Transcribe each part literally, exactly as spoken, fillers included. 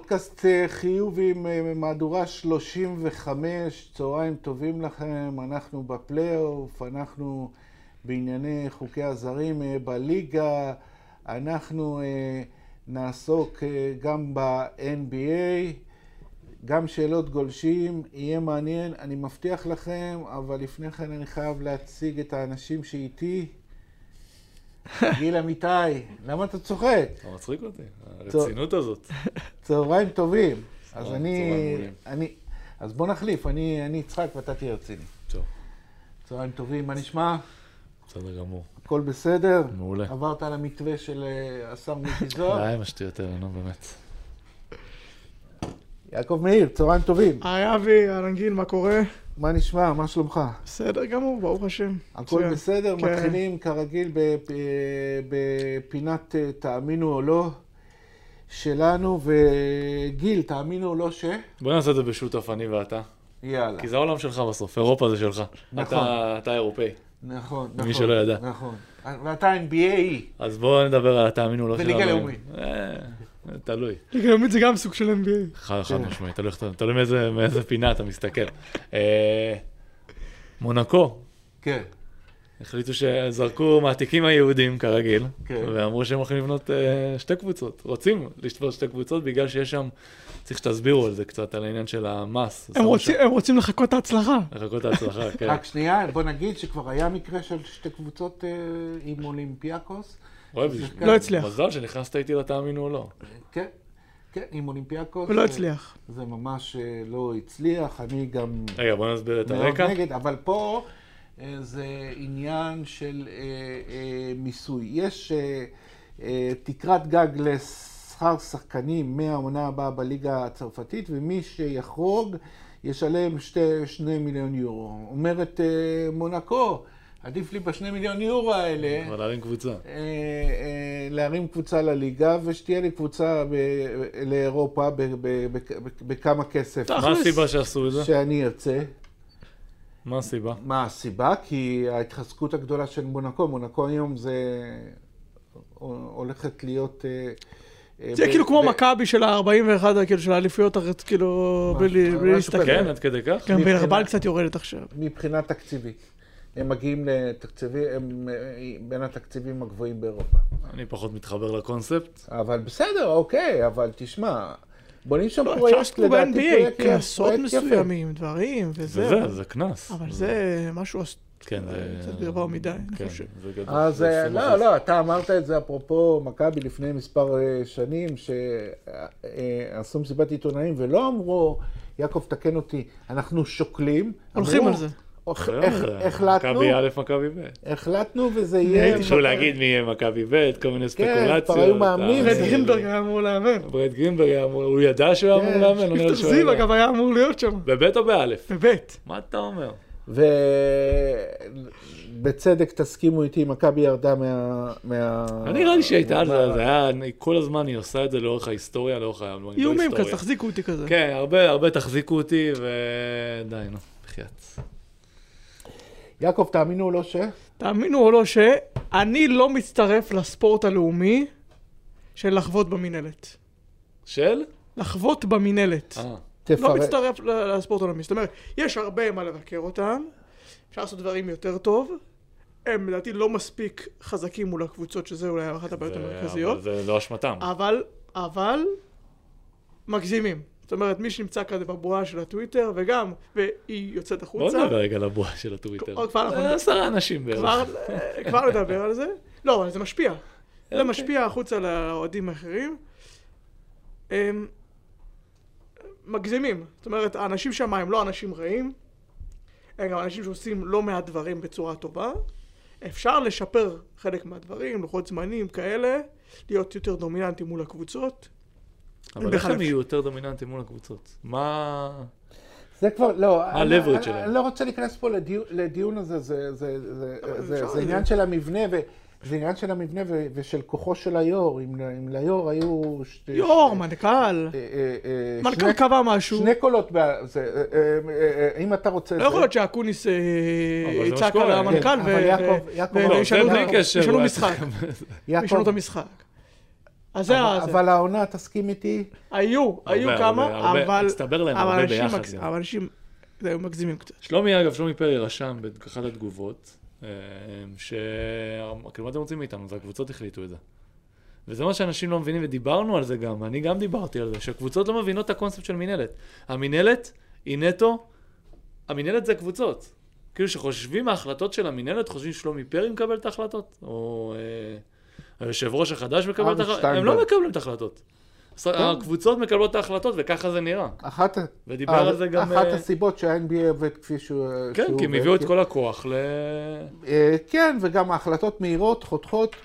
פודקאסט חיובי מהדורה שלושים וחמש, צהריים טובים לכם, אנחנו בפלייאוף, אנחנו בענייני חוקי הזרים בליגה, אנחנו נעסוק גם ב-אן בי איי, גם שאלות גולשים, יהיה מעניין, אני מבטיח לכם, אבל לפני כן אני חייב להציג את האנשים שאיתי. גיל אמיתי, למה אתה צוחק? אתה מצחיק אותי, הרצינות הזאת. צהריים טובים. אז אני, אני, אז בוא נחליף, אני, אני יצחק ואתה תהיה רציני. טוב. צהריים טובים, מה נשמע? בסדר גמור. הכל בסדר? מעולה. עברת על המתווה של השר מיקי זוהר? די, מה שטויות האלה, נו באמת. יעקב מאיר, צהריים טובים. היי אבי, אהלן גיל, מה קורה? מה נשמע? מה שלומך? בסדר גמור, ברוך השם. הכל בסדר? מתחילים כרגיל בפינת תאמינו או לא שלנו, וגיל, תאמינו או לא ש? בוא נעשה את זה בשותף, אני ואתה. יאללה. כי זה העולם שלך בסוף, אירופה זה שלך. נכון. אתה, אתה אירופאי. נכון, נכון. מי שלא ידע. נכון. ואתה אן בי איי. אז בואו נדבר על התאמינו או לא שלנו. וליגה לאומית. תלוי. ליגה לאומית זה גם סוג של אן בי איי. חד משמעי, תלוי מאיזה פינה אתה מסתכל. מונקו. כן. החליטו שזרקו מעתיקים היהודים כרגיל, כן. ואמרו שהם הולכים לבנות שתי קבוצות. רוצים לשתות שתי קבוצות בגלל שיש שם, צריך שתסבירו על זה קצת, על העניין של המס. הם רוצים, הם רוצים לחכות את ההצלחה. לחכות את ההצלחה, כן. רק שנייה, בוא נגיד שכבר היה מקרה של שתי קבוצות עם אולימפיאקוס. לא הצליח. מזל שנכנסת איתי לתאמינו או לא. כן, כן, עם אולימפיאקוס. ולא הצליח. זה ממש לא הצליח, אני גם... רגע, בוא נסביר את הרקע. נגד, אבל פה זה עניין של מיסוי. יש תקרת גג לשכר שחקנים מהעונה הבאה בליגה הצרפתית, ומי שיחרוג ישלם שני מיליון יורו. אומרת מונקו, עדיף לי בשני מיליון יורו האלה. אבל להרים קבוצה. להרים קבוצה לליגה, ושתהיה לי קבוצה לאירופה בכמה כסף. מה הסיבה שעשו את זה? שאני ארצה. מה הסיבה? מה הסיבה? כי ההתחזקות הגדולה של מונקו, מונקו היום זה הולכת להיות... זה כאילו כמו מכבי של ה-ארבעים ואחת, כאילו של האליפויות, כאילו בלי להסתכל. כן, עד כדי כך? גם בלרבל קצת יורדת עכשיו. מבחינה תקציבית. הם מגיעים לתקציבים, הם בין התקציבים הגבוהים באירופה. אני פחות מתחבר לקונספט. אבל בסדר, אוקיי, אבל תשמע, בונים שם פרויקט, פרויקט, לדעתי פרויקט יפה. קנסות מסוימים, דברים, וזה. וזה, זה קנס. אבל זה משהו... כן, זה... קצת גרוע מדי, אני חושב. אז לא, לא, אתה אמרת את זה אפרופו מכבי לפני מספר שנים, שעשו מסיבת עיתונאים ולא אמרו, יעקב תקן אותי, אנחנו שוקלים. הולכים על זה. החלטנו, מכבי א', מכבי ב'. החלטנו וזה יהיה... תשאו להגיד מי יהיה מכבי ב', כל מיני ספקולציות. כן, כבר היו מאמנים. ברד גרינברג היה אמור לאמן. ברד גרינברג היה אמור, הוא ידע שהוא היה אמור לאמן. ויקטור זיו אגב היה אמור להיות שם. בב' או באלף? בב'. מה אתה אומר? ובצדק תסכימו איתי, מכבי ירדה מה... אני נראה לי שהייתה על זה, זה היה, כל הזמן היא עושה את זה לאורך ההיסטוריה, לאורך ההיסטוריה. איומים כזה, תחזיקו אותי כזה. כן, הרבה, הרבה תחזיקו אותי, ודי, נו, בחייאת. יעקב, תאמינו או לא ש? תאמינו או לא שאני לא מצטרף לספורט הלאומי של לחוות במנהלת. של? לחוות במנהלת. אה. לא מצטרף לספורט הלאומי. זאת אומרת, יש הרבה מה לבקר אותם, אפשר לעשות דברים יותר טוב, הם לדעתי לא מספיק חזקים מול הקבוצות, שזה אולי אחת הבעיות המרכזיות. אבל זה לא אשמתם. אבל, אבל, מגזימים. זאת אומרת, מי שנמצא כזה בבועה של הטוויטר, וגם, והיא יוצאת החוצה. בוא נדבר רגע על הבועה של הטוויטר. כבר עשרה אנשים בערך. כבר נדבר על זה. לא, אבל זה משפיע. זה משפיע החוצה לאוהדים האחרים. מגזימים. זאת אומרת, האנשים שם הם לא אנשים רעים, הם גם אנשים שעושים לא מעט דברים בצורה טובה. אפשר לשפר חלק מהדברים, לוחות זמנים כאלה, להיות יותר דומיננטים מול הקבוצות. אבל איך הם יהיו יותר דומיננטים מול הקבוצות? מה... זה כבר, לא, מה הלברד שלהם? אני לא רוצה להיכנס פה לדיון הזה, זה עניין של המבנה, זה עניין של המבנה ושל כוחו של היור. אם ליור היו... יור, מנכ"ל. מנכ"ל קבע משהו. שני קולות, אם אתה רוצה... לא יכול להיות שהקוניס יצעק על המנכ"ל וישנו משחק. ישנו את המשחק. אז זה... אבל, אבל העונה, תסכים איתי? היו, היו הרבה, כמה, הרבה, הרבה, אבל... הצטבר להם אבל הרבה אנשים ביחד מגז- גם. אבל אנשים, זה היו מגזימים קצת. שלומי, אגב, שלומי פרי רשם באחת התגובות, אה, ש... כאילו, מה אתם רוצים מאיתנו? זה הקבוצות החליטו את זה. וזה מה שאנשים לא מבינים, ודיברנו על זה גם, אני גם דיברתי על זה, שהקבוצות לא מבינות את הקונספט של מנהלת. המנהלת היא נטו, המנהלת זה קבוצות. כאילו שחושבים ההחלטות של המנהלת, חושבים שלומי פרי מקבל את ההחלטות, או אה, היושב ראש החדש מקבל את ההחלטות, הם לא מקבלים את ההחלטות. הקבוצות מקבלות את ההחלטות, וככה זה נראה. אחת, ודיבר על זה גם... אחת הסיבות שה-אן בי איי עובד כפי שהוא... כן, שהוא כי הם עובד, הביאו את כן. כל הכוח ל... אה, כן, וגם ההחלטות מהירות, חותכות,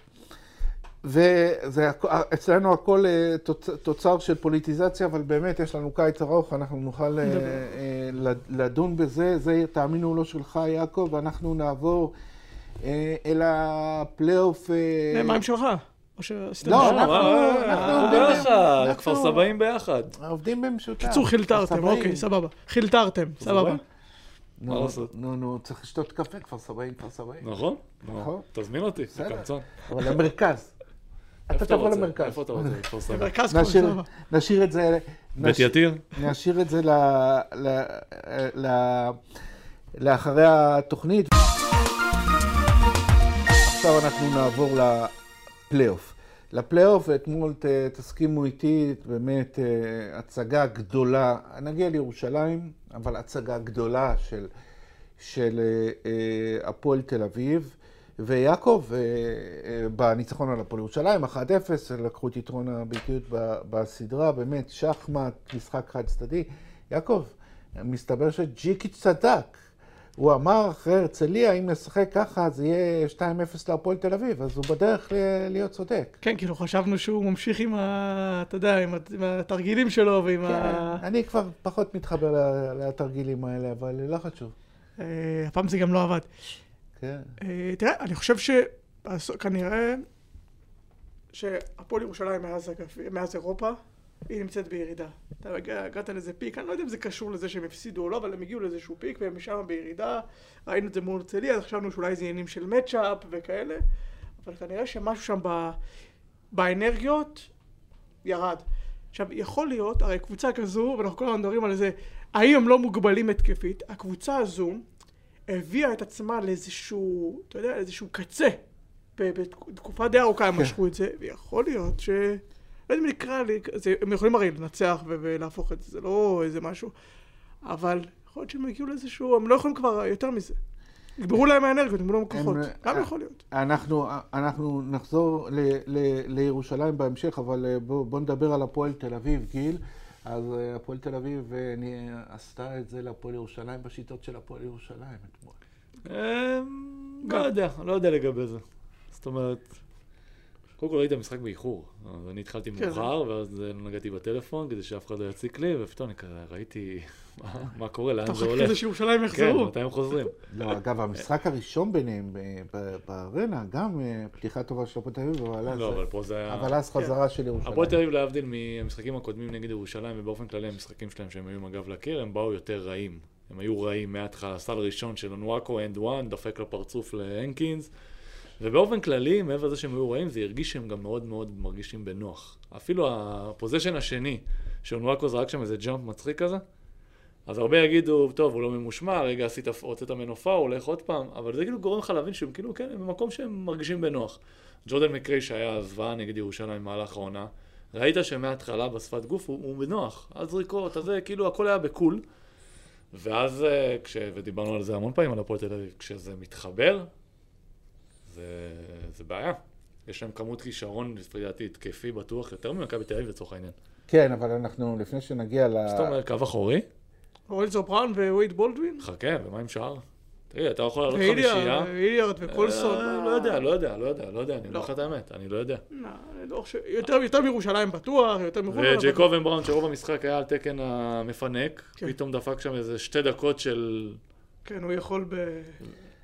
ואצלנו הכל אה, תוצ- תוצר של פוליטיזציה, אבל באמת יש לנו קיץ ארוך, אנחנו נוכל אה, אה, לדון בזה, זה תאמינו לא שלך יעקב, ואנחנו נעבור אה, אל הפלייאוף... אה, מה עם שלך? או שעשיתם לא, משהו? אנחנו- אה, אנחנו אנחנו עובדים- ביחד, אנחנו- כפר סבאים ביחד. עובדים במשותף. קיצור, חילטרתם, כפר אוקיי, סבבה. חילטרתם, סבבה. מה נו, לעשות? נו, נו, צריך לשתות קפה, כפר סבאים, כפר סבאים. נכון? נכון. תזמין אותי, בסדר. לקמצון. אבל למרכז. אתה איפה תבוא רוצה? למרכז. איפה אתה רוצה? כפר סבאים. במרכז כבר, נשאיר- סבבה. נשאיר את זה... בית נש- יתיר? נשאיר את זה ל... ל... ל... לאחרי התוכנית. עכשיו אנחנו נעבור לפלייאוף. לפלייאוף, אתמול ת... תסכימו איתי, באמת אה, הצגה גדולה, נגיע לירושלים, אבל הצגה גדולה של, של אה, אה, הפועל תל אביב. ויעקב, אה, אה, בניצחון על הפועל ירושלים, אחת אפס, לקחו את יתרון הביתיות ב- בסדרה, באמת, שחמט, משחק חד צדדי. יעקב, מסתבר שג'יקיץ' צדק. הוא אמר אחרי הרצליה, אם נשחק ככה, זה יהיה שתיים אפס להפועל תל אביב, אז הוא בדרך ל- להיות צודק. כן, כאילו חשבנו שהוא ממשיך עם ה... אתה יודע, עם ה- עם התרגילים שלו ועם ה... כן, אני כבר פחות מתחבר ל- לתרגילים האלה, אבל לא חשוב. אה, הפעם זה גם לא עבד. כן. אה, תראה, אני חושב שכנראה שהפועל ירושלים מאז, הגב- מאז אירופה, היא נמצאת בירידה. אתה הגע- הגעת לאיזה פיק, אני לא יודע אם זה קשור לזה שהם הפסידו או לא, אבל הם הגיעו לאיזשהו פיק והם משם בירידה. ראינו את זה מול הרצליה, אז חשבנו שאולי זה עניינים של מצ'אפ וכאלה, אבל כנראה שמשהו שם ב... באנרגיות ירד. עכשיו, יכול להיות, הרי קבוצה כזו, ואנחנו כל הזמן מדברים על זה, האם הם לא מוגבלים התקפית, הקבוצה הזו הביאה את עצמה לאיזשהו, אתה יודע, לאיזשהו קצה. בתקופה די ארוכה הם משכו את זה, ויכול להיות ש... לא יודע אם נקרא לי, זה, הם יכולים הרי לנצח ו- ולהפוך את זה, זה לא איזה משהו, אבל יכול להיות שהם הגיעו לאיזשהו, הם לא יכולים כבר יותר מזה. נגברו להם האנרגיות, נגברו להם כוחות, הם- גם יכול להיות. אנחנו, אנחנו נחזור ל, ל, לירושלים בהמשך, אבל בואו בוא נדבר על הפועל תל אביב, גיל. אז הפועל תל אביב אני, עשתה את זה לפועל ירושלים בשיטות של הפועל ירושלים אתמול. לא יודע, לא יודע לגבי זה. זאת אומרת, קודם כל ראיתי המשחק באיחור. אז אני התחלתי מאוחר, ואז נגעתי בטלפון כדי שאף אחד לא יציק לי, ופתאום אני ראיתי מה קורה, לאן זה אתה הולך. מחכה כזה שירושלים כן, יחזרו. מתי הם חוזרים. לא, אגב, המשחק הראשון ביניהם בארנה, גם פתיחה טובה של הפועל תל אביב, לא, אבל פה זה היה... אבל אז חזרה של ירושלים. הפועל תל אביב, להבדיל מהמשחקים הקודמים נגד ירושלים, ובאופן כללי המשחקים שלהם שהם היו עם הגב לקיר, הם באו יותר רעים. הם היו רעים מההתחלה, סל ראשון של אנואקו, אנד וואן, דופק לפרצוף להנקינס. ובאופן כללי, מעבר לזה שהם היו רעים, זה הרגיש שהם גם מאוד מאוד מרגישים בנוח. אפילו הפוזיישן השני, שאונואקו זרק שם איזה ג'אמפ מצחיק כזה, אז הרבה יגידו, טוב, הוא לא ממושמע, רגע עשית, הוצאת מנופה, הוא הולך עוד פעם, אבל זה כאילו גורם לך להבין שהם כאילו, כן, הם במקום שהם מרגישים בנוח. ג'ורדן מקרי שהיה זוועה נגד ירושלים במהלך העונה, ראית שמההתחלה בשפת גוף הוא, הוא בנוח, אז זריקות, אז זה כאילו הכל היה בקול, ואז, כש, ודיברנו על זה המון פעמים על הפועל תל אביב, כשזה מתחבר, זה, זה בעיה. יש להם כמות כישרון, לפי דעתי, התקפי בטוח, יותר ממכבי תל אביב לצורך העניין. כן, אבל אנחנו, לפני שנגיע ל... זאת אומרת, קו אחורי? אוליזו בראון ווייד בולדווין? חכה, ומה עם שאר? תראי, אתה יכול לעלות חמישייה? ואיליארד וקולסון. לא יודע, לא יודע, לא יודע, לא יודע, אני אומר לך את האמת, אני לא יודע. יותר מירושלים בטוח, יותר מחו"ל. וג'ייקוב ובראון, שרוב המשחק היה על תקן המפנק, פתאום דפק שם איזה שתי דקות של... כן, הוא יכול ב...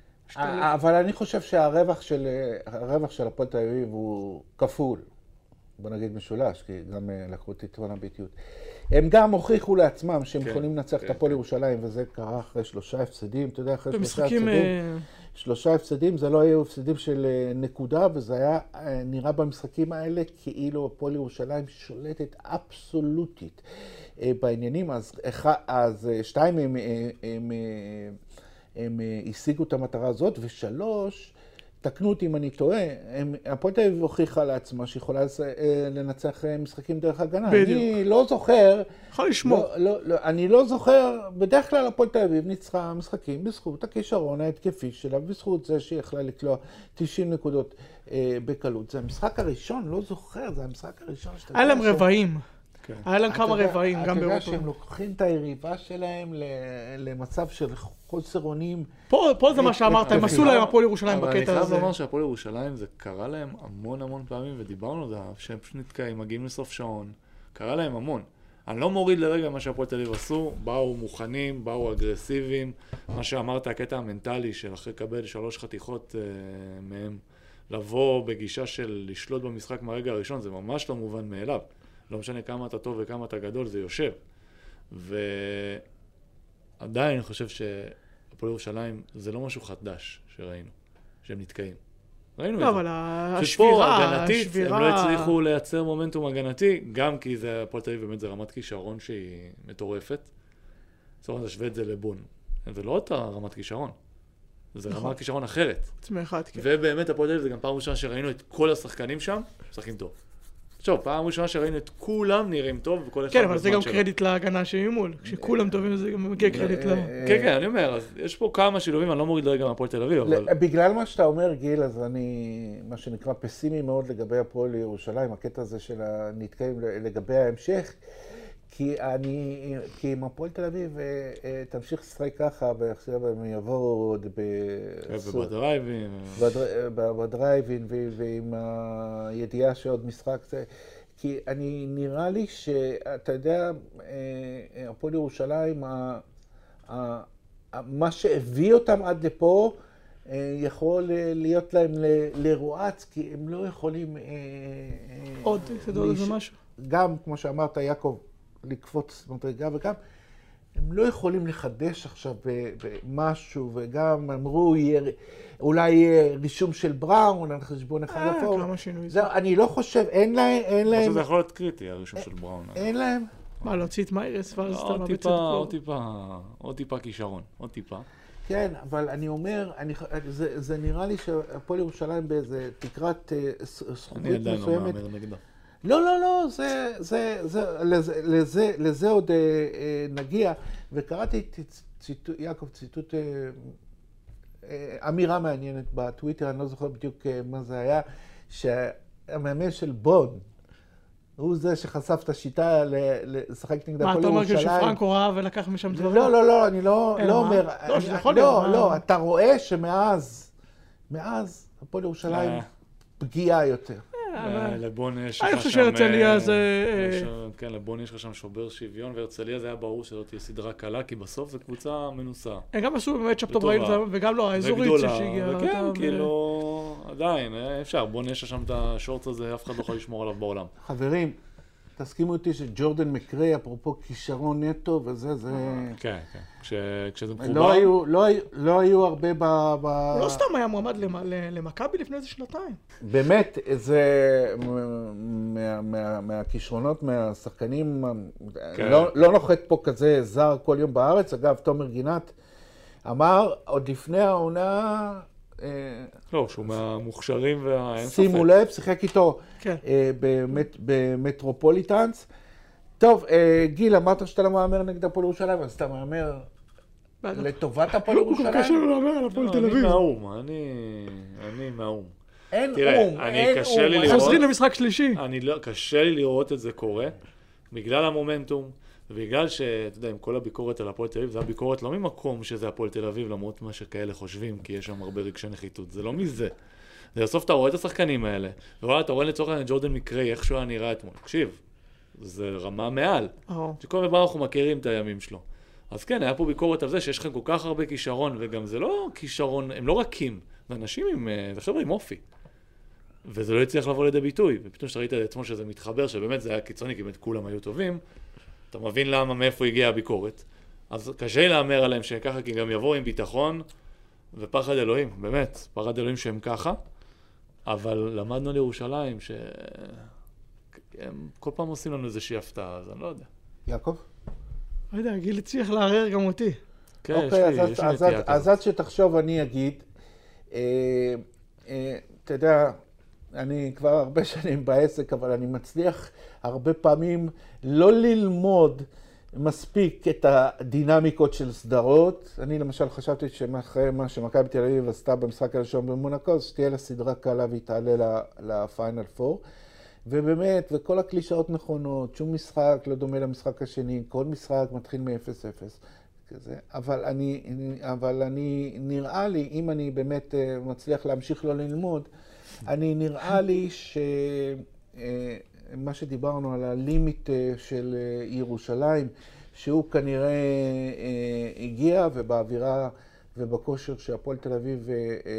אבל אני חושב שהרווח של, הרווח של הפועל תל אביב הוא כפול. בוא נגיד משולש, כי גם לקחו את יתרון הביתיות. הם גם הוכיחו לעצמם שהם כן, יכולים לנצח כן, את הפועל כן. ירושלים, וזה קרה אחרי שלושה הפסדים, אתה יודע, אחרי שלושה במשחקים... הפסדים. אה, שלושה הפסדים, זה לא היו הפסדים של אה, נקודה, וזה היה אה, נראה במשחקים האלה כאילו הפועל ירושלים שולטת אבסולוטית אה, בעניינים. אז, אחד, אז אה, שתיים, הם, אה, הם, אה, הם אה, השיגו את המטרה הזאת, ושלוש, תקנו אותי אם אני טועה, הם, הפועל תל אביב הוכיחה לעצמה שיכולה אה, לנצח אה, משחקים דרך הגנה. בדיוק. אני לא זוכר, יכול לשמור. לא, לא, לא, אני לא זוכר, בדרך כלל הפועל תל אביב ניצחה משחקים בזכות הכישרון ההתקפי שלה, בזכות זה שהיא יכלה לקלוע תשעים נקודות אה, בקלות. זה המשחק הראשון, לא זוכר, זה המשחק הראשון שאתה... היה להם ש- רבעים. כן. היה להם אתה כמה יודע- רבעים, גם אתה יודע באירופה. שהם לוקחים את היריבה שלהם ל- למצב של חוסר אונים. פה פה זה מה שאמרת, הם עשו להם הפועל ירושלים אבל אני בקטע חייב הזה. לומר שהפועל ירושלים זה קרה להם המון המון פעמים, ודיברנו על זה, שהם פשוט נתקעים, מגיעים לסוף שעון, קרה להם המון. אני לא מוריד לרגע מה שהפועל תל אביב עשו, באו מוכנים, באו אגרסיביים, מה שאמרת, הקטע המנטלי של אחרי קבל שלוש חתיכות אה, מהם, לבוא בגישה של לשלוט במשחק מהרגע הראשון, זה ממש לא מובן מאליו. לא משנה כמה אתה טוב וכמה אתה גדול, זה יושב. ועדיין אני חושב שהפועל ירושלים זה לא משהו חדש שראינו, שהם נתקעים. ראינו לא, את זה. אבל שפה השבירה, הגנתית, השבירה... הם לא הצליחו לייצר מומנטום הגנתי, גם כי זה, הפועל תל אביב באמת זה רמת כישרון שהיא מטורפת. זאת אומרת, תשווה את זה לבון. זה לא אותה רמת כישרון. זה נכון. רמת כישרון אחרת. עצמי אחד, כן. ובאמת הפועל תל אביב זה גם פעם ראשונה שראינו את כל השחקנים שם, משחקים טוב. עכשיו, פעם ראשונה שראינו את כולם נראים טוב, וכל אחד כן, אבל זה בזמן גם שלו. קרדיט להגנה שהיא מול. כשכולם טובים זה גם מגיע קרדיט ל... כן, כן, אני אומר, אז יש פה כמה שילובים, אני לא מוריד לרגע מהפועל תל אביב, אבל... בגלל מה שאתה אומר, גיל, אז אני, מה שנקרא, פסימי מאוד לגבי הפועל ירושלים, הקטע הזה של הנתקעים לגבי ההמשך, כי אני, כי אם הפועל תל אביב תמשיך לשחק ככה, ועכשיו הם יבואו עוד ובדרייבים... בדרייבין, ועם הידיעה שעוד משחק זה... כי אני, נראה לי שאתה יודע, הפועל ירושלים, מה שהביא אותם עד לפה, יכול להיות להם לרועץ, כי הם לא יכולים... עוד, תדעו לזה משהו. גם, כמו שאמרת, יעקב, לקפוץ מדרגה וגם, הם לא יכולים לחדש עכשיו במשהו, וגם אמרו, אולי יהיה רישום של בראון על חשבון אחד אפור. כמה שינוי. זהו, אני לא חושב, אין להם, אין להם... זה יכול להיות קריטי, הרישום של בראון. אין להם. מה, להוציא את מיירס ואז אתה עוד מאבד את טיפה, כל... עוד טיפה, עוד טיפה כישרון, עוד טיפה. כן, אבל אני אומר, אני, זה, זה נראה לי שהפועל ירושלים באיזה תקרת זכוכית אני עדיין לא מסוימת. מאמר נגדו. לא, לא, לא, זה, זה, זה, לזה, לזה, לזה עוד אה, אה, נגיע. וקראתי, ציטוט, יעקב, ציטוט, אה, אה, אמירה מעניינת בטוויטר, אני לא זוכר בדיוק אה, מה זה היה, שהמאמן של בון, הוא זה שחשף את השיטה לשחק נגד הפועל ירושלים. מה, אתה אומר שפרנקו ראה ולקח משם דברים? לא, לא, לא, אני לא, אלא לא מה? אומר... לא, שזה אני- יכול לא, להיות, לא, מה? אתה רואה שמאז, מאז הפועל ירושלים אה. פגיעה יותר. אבל- לבון יש אני לך חושב שם... שהרצליה אה, זה, יש- אה, כן, לבון יש לך שם שובר שוויון, והרצליה זה היה ברור שלא תהיה סדרה קלה, כי בסוף זו קבוצה מנוסה. הם גם עשו באמת שפטופ וטובה. רעים, וגם לא, האזורית וגדולה, שהגיעה. וכן, אותה, ו- כאילו, עדיין, אה, אפשר, בוא נהיה שם את השורץ הזה, אף אחד לא יכול לשמור עליו בעולם. חברים, תסכימו אותי שג'ורדן מקרי, אפרופו כישרון נטו וזה, זה... כן, כן, כש- כשזה מחובר, לא היו, לא היו, לא היו הרבה ב... ב... הוא לא סתם היה מועמד למ- ל- למכבי לפני איזה שנתיים. באמת, זה מה, מה, מהכישרונות, מהשחקנים, כן. לא, לא נוחת פה כזה זר כל יום בארץ. אגב, תומר גינת אמר, עוד לפני העונה, אה, לא, שהוא מהמוכשרים וה... אין שימו ספק. לב, שיחק איתו כן. אה, במט, במטרופוליטנס. טוב, אה, גיל, אמרת שאתה לא מהמר נגד הפועל ירושלים, אז אתה מהמר לטובת הפועל הוא גם קשה ירושלים? לו להמר על הפועל לא, תל אני אביב. מהאום, אני אני מהאום. אין תראה, אום, אני אין קשה אום. לי אני- לראות- חוזרים למשחק שלישי. אני לא, קשה לי לראות את זה קורה, בגלל המומנטום, ובגלל שאתה יודע, עם כל הביקורת על הפועל תל אביב, זה הביקורת לא ממקום שזה הפועל תל אביב, למרות מה שכאלה חושבים, כי יש שם הרבה רגשי נחיתות, זה לא מזה. זה בסוף אתה רואה את השחקנים האלה, ווואלה, אתה רואה לצורך העניין ג'ורדן מקרי, איך שהוא היה נראה אתמול. תקשיב, זה רמה מעל. אה, שכל דבר אנחנו מכירים את הימים שלו. אז כן, היה פה ביקורת על זה שיש לכם כל כך הרבה כישרון, וגם זה לא כישרון, הם לא רכים, זה אנשים עם, זה חבר'ה עם אופי. וזה לא הצליח לבוא לידי ביטוי, ופתאום שראית את עצמו שזה מתחבר, שבאמת זה היה קיצוני, כי באמת כולם היו טובים, אתה מבין למה, מאיפה הגיעה הביקורת. אז קשה לי לאמר עליהם שככה, כי גם יבואו עם ביטחון ופחד אלוהים, באמת, פחד אלוהים שהם ככה, אבל למדנו לירושלים שהם כל פעם עושים לנו איזושהי הפתעה, אז אני לא יודע. יעקב? לא יודע, גיל הצליח לערער גם אותי. כן, יש לי, יש לי נטייה כזאת. אז עד שתחשוב אני אגיד, אתה יודע, אני כבר הרבה שנים בעסק, אבל אני מצליח הרבה פעמים לא ללמוד מספיק את הדינמיקות של סדרות. אני למשל חשבתי שאחרי מה שמכבי תל אביב עשתה במשחק הראשון במונקו, שתהיה לה סדרה קלה והיא תעלה לפיינל פור. ובאמת, וכל הקלישאות נכונות, שום משחק לא דומה למשחק השני, כל משחק מתחיל מ-אפס אפס. כזה. אבל אני, אבל אני, נראה לי, אם אני באמת מצליח להמשיך לא ללמוד, אני נראה לי שמה שדיברנו על הלימיט של ירושלים, שהוא כנראה הגיע ובאווירה ובכושר שהפועל תל אביב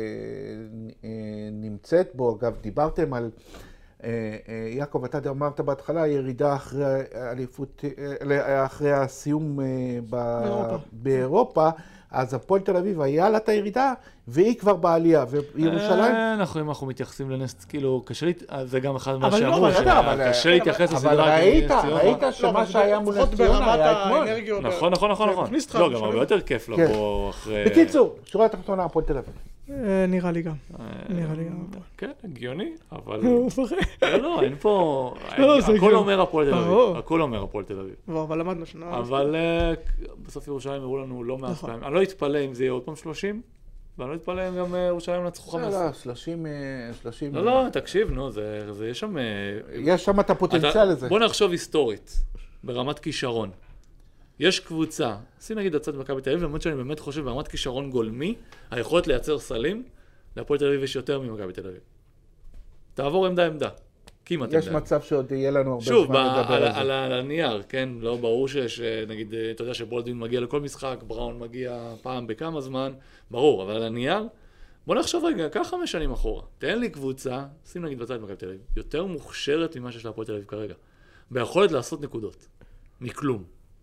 נמצאת בו. אגב, דיברתם על, יעקב, אתה אמרת בהתחלה, ירידה אחרי אליפות, אחרי הסיום באירופה. באירופה, אז הפועל תל אביב היה לה את הירידה, והיא כבר בעלייה, וירושלים... אנחנו, אם אנחנו מתייחסים לנס, כאילו, קשה לי, זה גם אחד מה אבל לא, שאמרו, אבל אבל- קשה להתייחס אבל לסדרה ראית, כנס ציונה. ראית שמה שהיה מול נס ציונה היה אתמול. נכון, נכון, נכון, נכון. לא, גם הרבה יותר כיף לבוא אחרי... בקיצור, שורה התחתונה, הפועל תל אביב. אה, נראה לי גם. נראה לי גם. כן, הגיוני, אבל... הוא מפחד. לא, לא, אין פה... לא, זה הכל הגיוני. אומר הפועל תל ברור. אביב. הכל אומר הפועל תל אביב. לא, אבל למדנו שנה. אבל אה, בסוף ירושלים הראו לנו לא מעט נכון. פעמים. אני לא אתפלא אם זה יהיה עוד פעם שלושים, ואני לא אתפלא אם גם אה, ירושלים נצחו חמש עשרה. לא, שלושים, שלושים. לא, לא, תקשיב, נו, זה זה- יש שם... אה, יש שם את הפוטנציאל אתה- הזה. בוא נחשוב היסטורית, ברמת כישרון. יש קבוצה, שים נגיד הצד מכבי תל אביב, למרות שאני באמת חושב ברמת כישרון גולמי, היכולת לייצר סלים, להפועל תל אביב יש יותר ממכבי תל אביב. תעבור עמדה עמדה, כמעט יש עמדה. מצב שעוד יהיה לנו הרבה שוב, זמן ב- לדבר על, על זה. על, על הנייר, כן? לא ברור שיש, נגיד, אתה יודע שבולדווין מגיע לכל משחק, בראון מגיע פעם בכמה זמן, ברור, אבל על הנייר, בוא נחשוב רגע, קח חמש שנים אחורה. תן לי קבוצה, שים נגיד בצד מכבי תל אביב, יותר מוכשרת ממה שיש להפועל תל אביב כרגע. ביכולת לעשות נקודות. מכלום.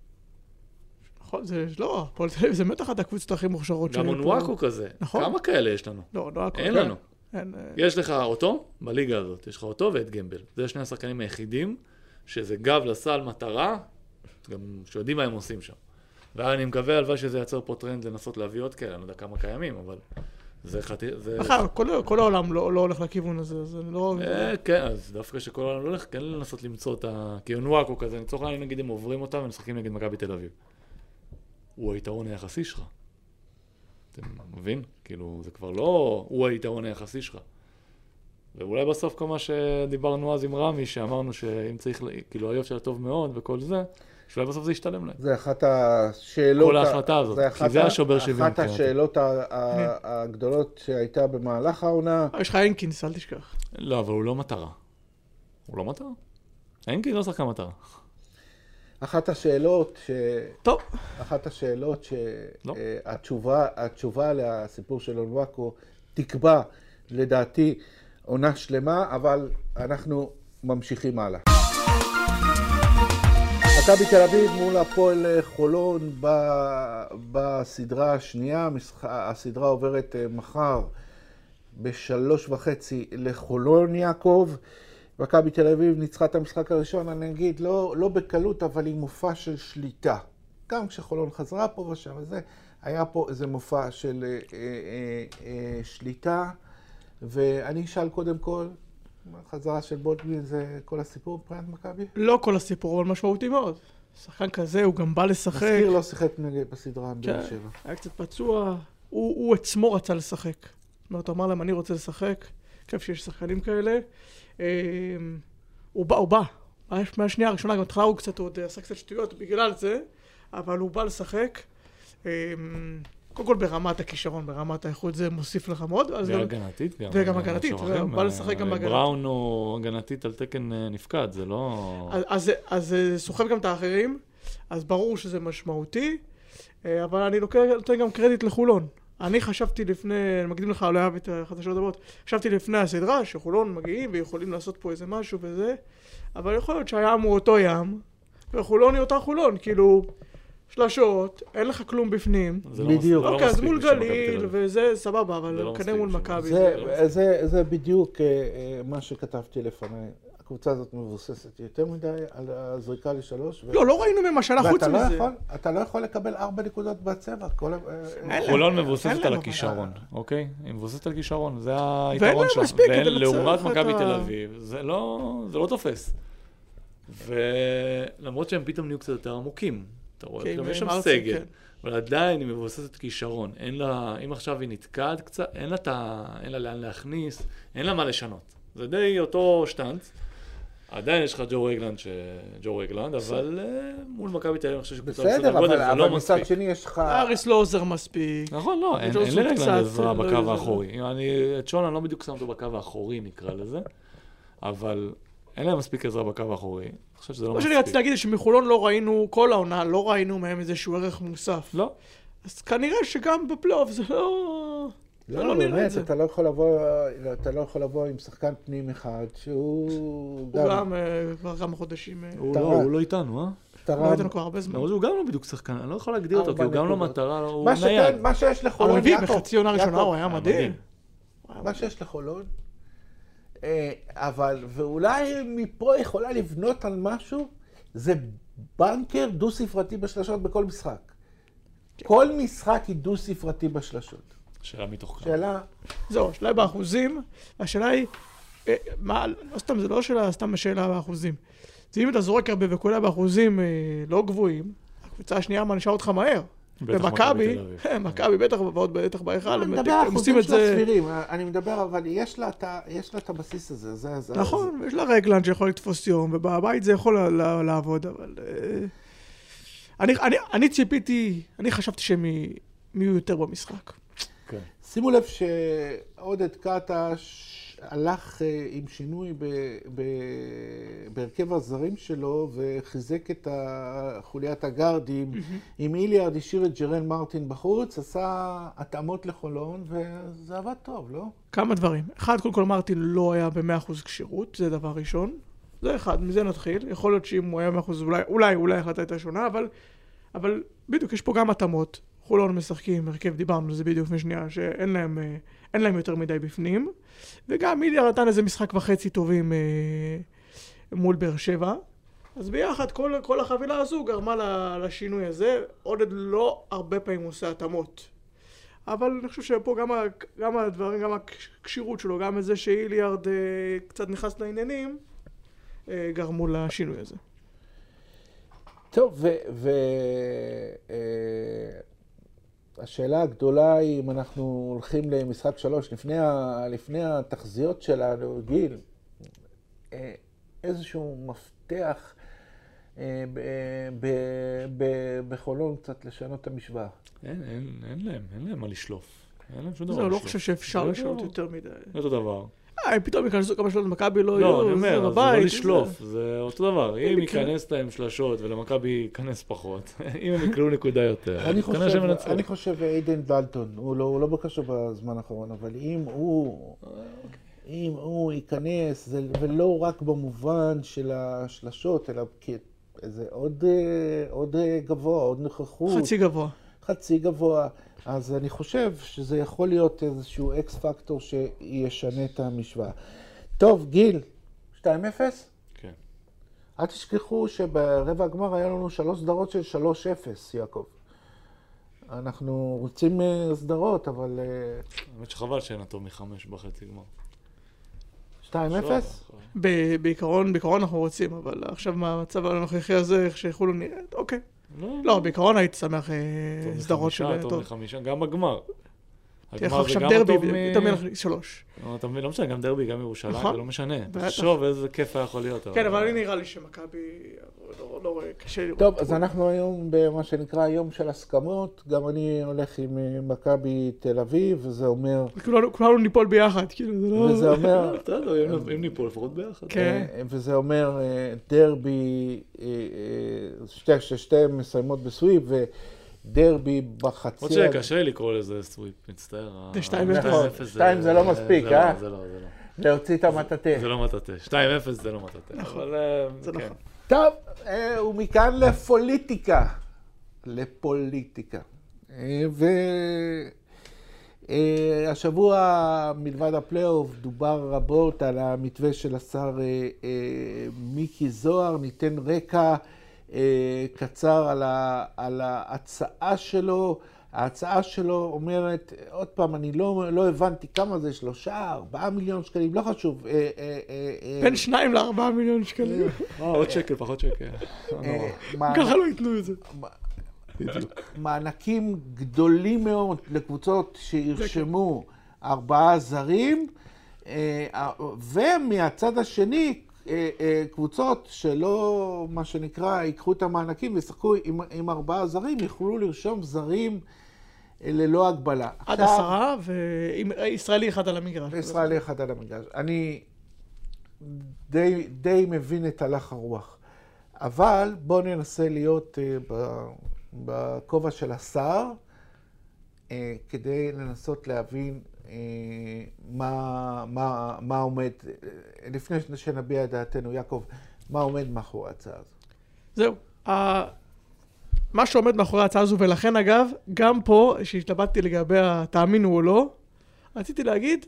נכון, זה לא, הפועל תל אביב זה באמת אחת הקבוצות הכי מוכשרות גם שהיו פה. אונוואקו כזה. נכון. כמה כאלה יש לנו? לא, לא הכל. אין כן. לנו. אין, אה, יש לך אותו בליגה הזאת, יש לך אותו ואת גמבל. זה שני השחקנים היחידים, שזה גב לסל מטרה, גם שיודעים מה הם עושים שם. ואני מקווה הלוואי שזה ייצר פה טרנד לנסות להביא עוד כאלה, אני לא יודע כמה קיימים, אבל זה חטי... זה... בכלל, כל- כל העולם לא לא הולך לכיוון הזה, אז אני לא... אה, כן, אז דווקא שכל העולם לא הולך, כן לנסות למצוא את ה... כי אונוואקו כזה, לצורך העניין נגיד הם עוברים אותם ומשחקים נגד מכבי תל אביב. הוא היתרון היחסי שלך. אתה מבין? כאילו, זה כבר לא הוא היתרון היחסי שלך. ואולי בסוף כמו שדיברנו אז עם רמי, שאמרנו שאם צריך, כאילו היופי שלה טוב מאוד וכל זה, שאולי בסוף זה ישתלם להם. זה אחת השאלות... כל ההחלטה הזאת, זה כי אחת זה ה- השובר שוויון אחת מבחינתי. השאלות ה- ה- הגדולות שהייתה במהלך העונה. יש לך הנקינס, אל תשכח. לא, אבל הוא לא מטרה. הוא לא מטרה. אין כי לא שחקן מטרה. אחת השאלות ש... טוב, אחת השאלות לא. שהתשובה, התשובה לסיפור של אונוואקו תקבע לדעתי עונה שלמה, אבל אנחנו ממשיכים הלאה. מכבי תל אביב מול הפועל חולון ב- בסדרה השנייה, המשח- הסדרה עוברת אה, מחר בשלוש וחצי לחולון יעקב. מכבי תל אביב ניצחה את המשחק הראשון, אני אגיד, לא, לא בקלות, אבל עם מופע של שליטה. גם כשחולון חזרה פה ושם, וזה, היה פה איזה מופע של אה, אה, אה, שליטה. ואני אשאל קודם כל, החזרה של בולדווין זה כל הסיפור מבחינת מכבי? לא כל הסיפור, אבל משמעותי מאוד. שחקן כזה, הוא גם בא לשחק. מזכיר לא שיחק נגד בסדרה באר כן, שבע. היה קצת פצוע. הוא הוא עצמו רצה לשחק. זאת אומרת, הוא אמר להם, אני רוצה לשחק. כיף שיש שחקנים כאלה. אה, הוא בא, הוא בא. מהשנייה הראשונה, גם התחלה הוא קצת עוד עשה קצת שטויות בגלל זה, אבל הוא בא לשחק. אה, קודם כל ברמת הכישרון, ברמת האיכות, זה מוסיף לך מאוד. אז גם- והגנתית גם. וגם הגנתית, שוכחים, הוא בא לשחק גם אה, בהגנתית. בראון הוא הגנתית על תקן אה, נפקד, זה לא... אז, אז, אז זה סוחב גם את האחרים, אז ברור שזה משמעותי, אה, אבל אני לוקח, נותן גם קרדיט לחולון. אני חשבתי לפני, אני מקדים לך, לא אהב את החדשות הבאות, חשבתי לפני הסדרה שחולון מגיעים ויכולים לעשות פה איזה משהו וזה, אבל יכול להיות שהים הוא אותו ים, וחולון היא אותה חולון, כאילו, שלשות, אין לך כלום בפנים. בדיוק. אוקיי, אז מול גליל, וזה סבבה, אבל כנראה מול מכבי. זה בדיוק מה שכתבתי לפניי. הקבוצה הזאת מבוססת יותר מדי על הזריקה לשלוש. לא, לא ראינו ממה שנה חוץ מזה. אתה לא יכול לקבל ארבע נקודות בצבע. חולון מבוססת על הכישרון, אוקיי? היא מבוססת על כישרון, זה היתרון שלה. ולעומת מכבי תל אביב, זה לא תופס. ולמרות שהם פתאום נהיו קצת יותר עמוקים. אתה רואה, גם יש שם סגל, אבל עדיין היא מבוססת כישרון. אין לה, אם עכשיו היא נתקעת קצת, אין לה לאן להכניס, אין לה מה לשנות. זה די אותו שטנץ. עדיין יש לך ג'ו רגלנד, ג'ו רגלנד, אבל מול מכבי תל אביב, אני חושב שקבוצה בסדר גודל, זה לא מספיק. מצד שני יש לך... אריס לא עוזר מספיק. נכון, לא, אין לרגלנד עזרה בקו האחורי. את שון אני לא בדיוק שם אותו בקו האחורי, נקרא לזה, אבל אין להם מספיק עזרה בקו האחורי. אני חושב שזה לא מספיק. מה שאני רציתי להגיד, שמחולון לא ראינו, כל העונה, לא ראינו מהם איזשהו ערך מוסף. לא. אז כנראה שגם בפלייאוף זה לא... לא, באמת, אתה לא יכול לבוא, אתה לא יכול לבוא עם שחקן פנים אחד, שהוא הוא גם כבר כמה חודשים... הוא לא איתנו, אה? הוא לא איתנו כבר הרבה זמן. הוא גם לא בדיוק שחקן, אני לא יכול להגדיר אותו, כי הוא גם לא מטרה, הוא נייד. מה שיש לחולון, הוא הביא בחצי עונה ראשונה, הוא היה מדהים. מה שיש לחולון, אבל, ואולי מפה יכולה לבנות על משהו, זה בנקר דו-ספרתי בשלשות בכל משחק. כל משחק היא דו-ספרתי בשלשות. שאלה מתוך כמה. שאלה... זהו, השאלה היא באחוזים, השאלה היא, מה, לא סתם, זה לא שאלה, סתם השאלה באחוזים. זה אם אתה זורק הרבה וכולה באחוזים לא גבוהים, הקבוצה השנייה מנשה אותך מהר. ומכבי, מכבי בטח, ועוד בטח בהיכל, אני מדבר על אחוזים של הספירים, אני מדבר, אבל יש לה את הבסיס הזה. נכון, יש לה רגלנד שיכול לתפוס יום, ובבית זה יכול לעבוד, אבל... אני ציפיתי, אני חשבתי שהם יהיו יותר במשחק. שימו לב שעודד קטש הלך עם שינוי בהרכב הזרים שלו וחיזק את חוליית הגארדים. עם איליארד השאיר את ג'רן מרטין בחוץ, עשה התאמות לחולון וזה עבד טוב, לא? כמה דברים. אחד, קודם כל מרטין לא היה ב-מאה אחוז כשירות, זה דבר ראשון. זה אחד, מזה נתחיל. יכול להיות שאם הוא היה מאה אחוז, אולי, אולי, אולי החלטה הייתה שונה, אבל, אבל בדיוק, יש פה גם התאמות. חולון משחקים, הרכב דיברנו על זה בדיוק לפני שנייה, שאין להם, אין להם יותר מדי בפנים. וגם איליארד נתן איזה משחק וחצי טובים אה, מול באר שבע. אז ביחד, כל, כל החבילה הזו גרמה לשינוי הזה. עודד לא הרבה פעמים עושה התאמות. אבל אני חושב שפה גם, גם הדברים, גם הקשירות שלו, גם איזה שאיליארד אה, קצת נכנס לעניינים, אה, גרמו לשינוי הזה. טוב, ו... ו אה... השאלה הגדולה היא אם אנחנו הולכים למשחק שלוש, לפני, ה, לפני התחזיות שלנו, גיל, איזשהו מפתח ב, ב, ב, בחולון קצת לשנות את המשוואה. אין, אין, אין להם, אין להם מה לשלוף. אין להם שום דבר לשלוף. לא לא חושב שאפשר לשנות יותר מדי. זה אותו דבר. אה, פתאום ייכנסו כמה שלשות למכבי לא יהיו, לא, אני אומר, זה לא לשלוף, זה אותו דבר. אם ייכנס להם שלשות ולמכבי ייכנס פחות, אם הם יקלו נקודה יותר, אני חושב איידן דלטון, הוא לא בקשור בזמן האחרון, אבל אם הוא ייכנס, ולא רק במובן של השלשות, אלא זה עוד גבוה, עוד נוכחות. חצי גבוה. חצי גבוה. אז אני חושב שזה יכול להיות איזשהו אקס פקטור שישנה את המשוואה. טוב, גיל, שתיים אפס? כן. אל תשכחו שברבע הגמר היה לנו שלוש סדרות של שלוש אפס, יעקב. אנחנו רוצים סדרות, אבל... האמת שחבל שאין הטוב מחמש בחצי גמר. שתיים אפס? בעיקרון, בעיקרון אנחנו רוצים, אבל עכשיו מהמצב הנוכחי הזה, איך שיכולו נראית, אוקיי. לא, בעיקרון הייתי שמח סדרות של... טוב מחמישה, גם בגמר. תהיה לך עכשיו דרבי, תמיד לך שלוש. לא משנה, גם דרבי, גם ירושלים, זה לא משנה. תחשוב איזה כיף היה יכול להיות. כן, אבל אני נראה לי שמכבי לא רואה, קשה לראות. טוב, אז אנחנו היום במה שנקרא יום של הסכמות. גם אני הולך עם מכבי תל אביב, וזה אומר... כולנו ניפול ביחד, כאילו, זה לא... וזה אומר... אם ניפול, לפחות ביחד. כן. וזה אומר דרבי, ששתיהן מסיימות בסוויפ, דרבי בחצי... עוד שקשה לקרוא לזה סוויפ, מצטער. זה שתיים אפס. נכון, שתיים זה לא מספיק, זה אה? לא, זה לא, זה לא. להוציא את המטאטה. זה לא מטאטה. שתיים אפס זה לא מטאטה. אבל זה כן. נכון. טוב, אה, ומכאן לפוליטיקה. לפוליטיקה. אה, והשבוע, מלבד הפלייאוף, דובר רבות על המתווה של השר אה, אה, מיקי זוהר. ניתן רקע אה, קצר על, ה, על ההצעה שלו. ההצעה שלו אומרת, עוד פעם, אני לא, לא הבנתי כמה זה, שלושה, ארבעה מיליון שקלים, לא חשוב. אה, אה, אה, בין שניים לארבעה מיליון שקלים. עוד שקל, פחות שקל. אה, מענק- ככה לא ייתנו את זה. מענקים גדולים מאוד לקבוצות שירשמו ארבעה זרים, אה, ומהצד השני, אה, אה, קבוצות שלא, מה שנקרא, ייקחו את המענקים וישחקו עם, עם ארבעה זרים, יוכלו לרשום זרים אה, ללא הגבלה. עד עכשיו, עשרה, וישראלי אחד על המגרש. ישראלי אחד על המגרש. אני די, די מבין את הלך הרוח, אבל בואו ננסה להיות אה, ב... בכובע של השר, אה, כדי לנסות להבין אה, מה, מה, מה עומד, אה, לפני שנביע את דעתנו, יעקב, מה עומד מאחורי ההצעה הזו? זהו. ה- מה שעומד מאחורי ההצעה הזו, ולכן אגב, גם פה, שהתלבטתי לגבי התאמינו או לא, רציתי להגיד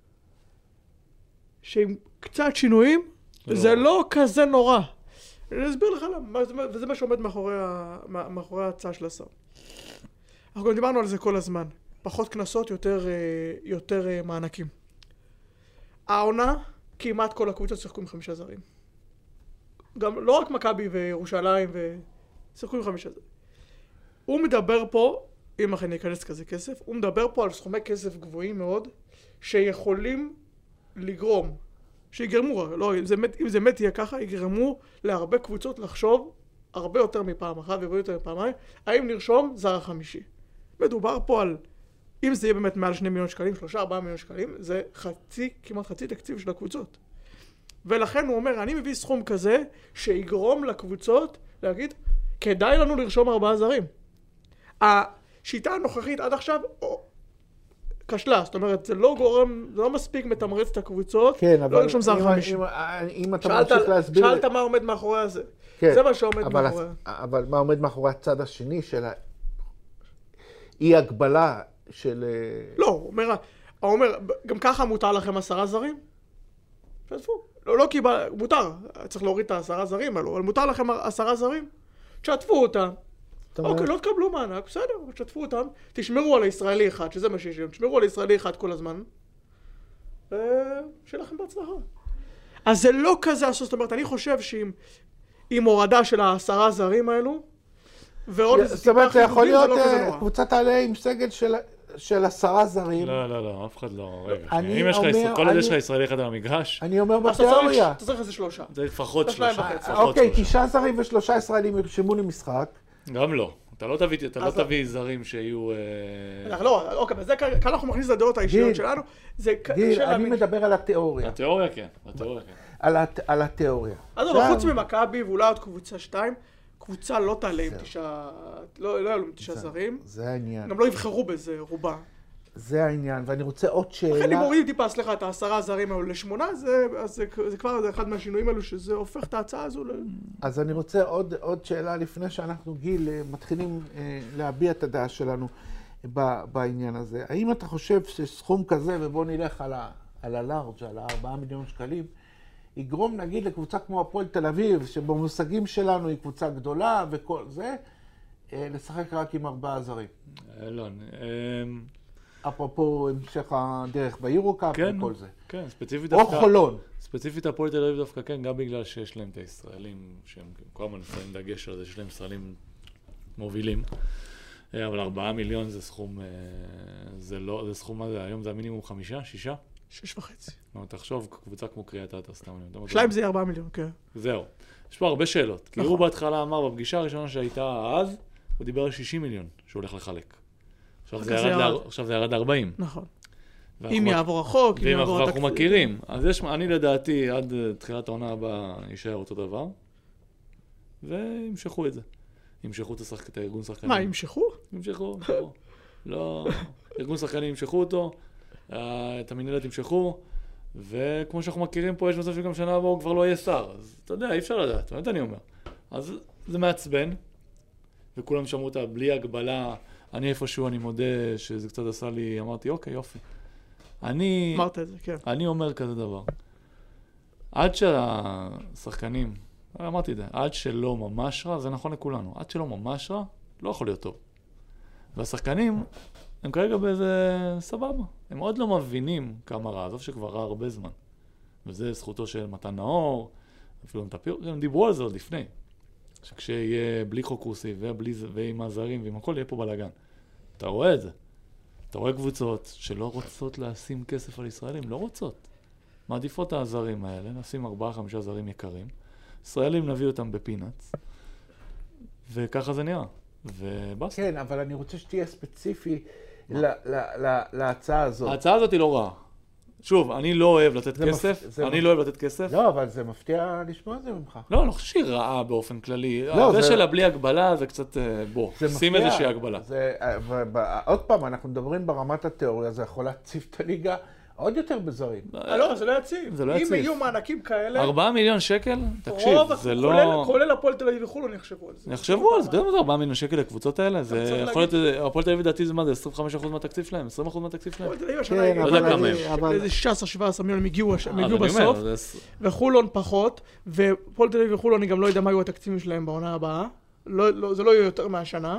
שעם קצת שינויים, לא. זה לא כזה נורא. אני אסביר לך למה, וזה מה שעומד מאחורי, ה... מאחורי ההצעה של השר. אנחנו גם דיברנו על זה כל הזמן. פחות כנסות, יותר, יותר מענקים. העונה, כמעט כל הקבוצות שיחקו עם חמישה זרים. גם לא רק מכבי וירושלים, שיחקו עם חמישה זרים. הוא מדבר פה, אם אכן ייכנס כזה כסף, הוא מדבר פה על סכומי כסף גבוהים מאוד, שיכולים לגרום, שיגרמו, לא, אם זה מת, אם זה מת יהיה ככה, יגרמו להרבה קבוצות לחשוב הרבה יותר מפעם אחת והרבה יותר מפעמיים, האם נרשום זר החמישי. מדובר פה על, אם זה יהיה באמת מעל שני מיליון שקלים, שלושה, ארבעה מיליון שקלים, זה חצי, כמעט חצי תקציב של הקבוצות. ולכן הוא אומר, אני מביא סכום כזה, שיגרום לקבוצות להגיד, כדאי לנו לרשום ארבעה זרים. השיטה הנוכחית עד עכשיו, או, כשלה, זאת אומרת, זה לא גורם, זה לא מספיק מתמרץ את הקבוצות, כן, אבל לא לרשום זר אם, חמישי. אם, אם אתה שאלת, ממשיך להסביר... שאלת מה עומד מאחורי הזה. כן, זה מה שעומד אבל, מאחורי. אבל מה עומד מאחורי הצד השני של אי הגבלה של... לא, הוא אומר, הוא אומר, גם ככה מותר לכם עשרה זרים? תעזבו. לא, לא קיבל, מותר, צריך להוריד את העשרה זרים האלו, אבל מותר לכם עשרה זרים? תשתפו אותם. אוקיי, לא תקבלו מענק, בסדר, תשתפו אותם, תשמרו על הישראלי אחד, שזה מה שיש להם, תשמרו על הישראלי אחד כל הזמן, ושיהיה לכם בהצלחה. אז זה לא כזה, זאת אומרת, אני חושב שעם עם הורדה של העשרה זרים האלו, ועוד איזה זאת אומרת, זה יכול להיות לא כזה נורא. קבוצה תעלה עם סגל של... של עשרה זרים. לא, לא, לא, אף אחד לא. רגע, אני אם יש לך, אומר, כל עוד אני- יש לך ישראלי אחד על המגרש, אני אומר אז אתה צריך- בתיאוריה. אתה צריך איזה שלושה. זה לפחות שניים שלושה. וחצי. לפחות אוקיי, שלושה. תשעה זרים ושלושה ישראלים ירשמו למשחק. גם לא. אתה לא תביא, אתה לא אז- תביא זרים שיהיו... אה, אנחנו לא, אוקיי, אבל זה כאן כאן אנחנו מכניס את הדעות האישיות גיל, שלנו. זה קשה גיל, אני להאמין. מדבר על התיאוריה. התיאוריה כן, התיאוריה כן. על הת- על התיאוריה. אז אבל עכשיו- חוץ ממכבי ואולי עוד קבוצה שתיים, קבוצה לא תעלה עם תשעה, לא לא יעלו עם תשעה זרים. זה העניין. גם לא יבחרו בזה, רובה. זה העניין, ואני רוצה עוד לכן אם שאלה. מורידים טיפה, סליחה, את העשרה זרים האלו לשמונה, זה, אז זה, זה כבר זה אחד מהשינויים האלו, שזה הופך את ההצעה הזו ל... אז אני רוצה עוד, עוד שאלה לפני שאנחנו, גיל, אה, מתחילים אה, להביע את הדעה שלנו ב, בעניין הזה. האם אתה חושב שסכום כזה, ובוא נלך על, ה, על הלארג', על הארבעה מיליון שקלים, יגרום נגיד לקבוצה כמו הפועל תל אביב, שבמושגים שלנו היא קבוצה גדולה וכל זה, אה, לשחק רק עם ארבעה זרים? אלון, אפרופו המשך הדרך ביורו-קאפ כן, וכל זה. כן, ספציפית או דווקא... חולון. ספציפית הפועל תל אביב דווקא כן, גם בגלל שיש להם את הישראלים, שהם כל הזמן שמים דגש על זה, שיש להם ישראלים מובילים. אבל ארבעה מיליון זה סכום, זה לא, זה סכום מה זה, היום זה המינימום חמישה, שישה? שש וחצי. לא, תחשוב, קבוצה כמו קריית אתא סתם. שלהם זה יהיה ארבעה מיליון, כן. זהו. יש פה הרבה שאלות. כי נכון. הוא בהתחלה אמר, בפגישה הראשונה שהייתה אז, הוא דיבר על שישים מיליון שהוא הולך לחלק. עכשיו זה אחר כך ירד זה ל- ירד. עכשיו זה ירד ל-ארבעים. נכון. ואנחנו אם מכ- יעבור החוק, אם ואם יעבור אנחנו התקציב. מכירים. אז יש, אני לדעתי, עד אה, תחילת העונה הבאה יישאר אותו דבר, וימשכו את זה. ימשכו את השחק... את הארגון שחקנים. מה, ימשכו? ימשכו, ימשכו. לא, ארגון שחקנים ימשכו אותו, את המנהלת ימשכו, וכמו שאנחנו מכירים פה, יש מצב שגם שנה הבאה הוא כבר לא יהיה שר. אז אתה יודע, אי אפשר לדעת, באמת אני אומר. אז זה מעצבן, וכולם שמעו אותה בלי הגבלה. אני איפשהו, אני מודה שזה קצת עשה לי, אמרתי, אוקיי, יופי. אני... אמרת את זה, כן. אני אומר כזה דבר. עד שהשחקנים, אמרתי את זה, עד שלא ממש רע, זה נכון לכולנו, עד שלא ממש רע, לא יכול להיות טוב. והשחקנים, הם כרגע באיזה סבבה. הם עוד לא מבינים כמה רע, עזוב שכבר רע הרבה זמן. וזה זכותו של מתן נאור, אפילו הם טפיר, הם דיברו על זה עוד לפני. שכשיהיה בלי חוק רוסי ובלי, ועם הזרים ועם הכל, יהיה פה בלגן. אתה רואה את זה. אתה רואה קבוצות שלא רוצות לשים כסף על ישראלים, לא רוצות. מעדיפות הזרים האלה, נשים ארבעה, חמישה זרים יקרים. ישראלים נביא אותם בפינאץ, וככה זה נראה. ובאסה. כן, אבל אני רוצה שתהיה ספציפי ל- ל- ל- להצעה הזאת. ההצעה הזאת היא לא רעה. שוב, אני לא אוהב לתת כסף, מפ... אני מפ... לא אוהב לתת כסף. לא, אבל זה מפתיע לשמוע את זה ממך. לא, אני לא חושב שהיא רעה באופן כללי. לא, זה זה... שלה בלי הגבלה זה קצת, בוא, שים איזושהי הגבלה. זה... עוד פעם, אנחנו מדברים ברמת התיאוריה, זה יכול להציב את הליגה עוד יותר בזרים. לא, זה לא יציב. זה לא יציב. אם יהיו מענקים כאלה... ארבעה מיליון שקל? תקשיב, זה לא... כולל הפועל תל אביב וחולון יחשבו על זה. יחשבו על זה, אתה יודע מה זה ארבעה מיליון שקל לקבוצות האלה? זה יכול להיות, הפועל תל אביב לדעתי זה מה זה, עשרים וחמישה אחוז מהתקציב שלהם, עשרים אחוז מהתקציב שלהם. הפועל תל אביב השנה איזה שישה עשר שבע עשרה מיליון הם הגיעו בסוף, וחולון פחות, והפועל תל אביב וחולון אני גם לא יודע מה יהיו התקציבים שלהם בעונה הבאה, זה לא יהיה יותר מהשנה,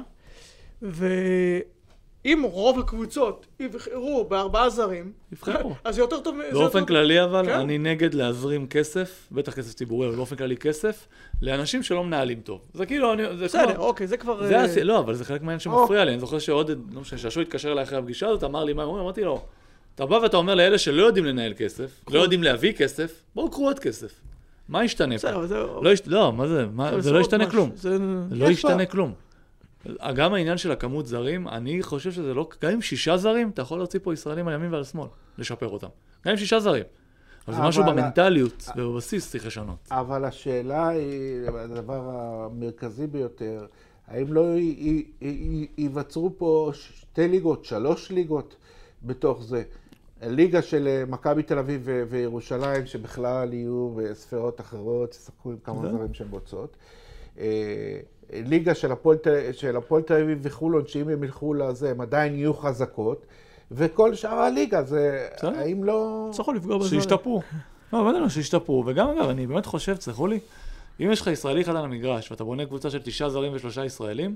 אם רוב הקבוצות יבחרו בארבעה זרים, אז זה יותר טוב... באופן כללי אבל, אני נגד להזרים כסף, בטח כסף ציבורי, אבל באופן כללי כסף, לאנשים שלא מנהלים טוב. זה כאילו... בסדר, אוקיי, זה כבר... לא, אבל זה חלק מהעניין שמפריע לי. אני זוכר שעוד, לא משנה, שהשו התקשר אליי אחרי הפגישה הזאת, אמר לי מה, אמרתי לו, אתה בא ואתה אומר לאלה שלא יודעים לנהל כסף, לא יודעים להביא כסף, בואו קחו עוד כסף. מה ישתנה פה? לא, מה זה? זה לא ישתנה כלום. זה לא ישתנה כלום. גם העניין של הכמות זרים, אני חושב שזה לא... גם עם שישה זרים, אתה יכול להוציא פה ישראלים על ימין ועל שמאל, לשפר אותם. גם עם שישה זרים. אבל זה משהו במנטליות ובבסיס צריך לשנות. אבל השאלה היא, הדבר המרכזי ביותר, האם לא ייווצרו פה שתי ליגות, שלוש ליגות בתוך זה? ליגה של מכבי תל אביב וירושלים, שבכלל יהיו בספירות אחרות, ישחקו עם כמה זרים שהן רוצות. ליגה של הפועל תל אביב וחולון, שאם הם ילכו לזה, הם עדיין יהיו חזקות, וכל שאר הליגה, זה, האם לא... צריכו לפגוע בזה. שישתפרו. לא, באמת לא, שישתפרו. וגם אגב, אני באמת חושב, צריכו לי, אם יש לך ישראלי אחד על המגרש, ואתה בונה קבוצה של תשעה זרים ושלושה ישראלים,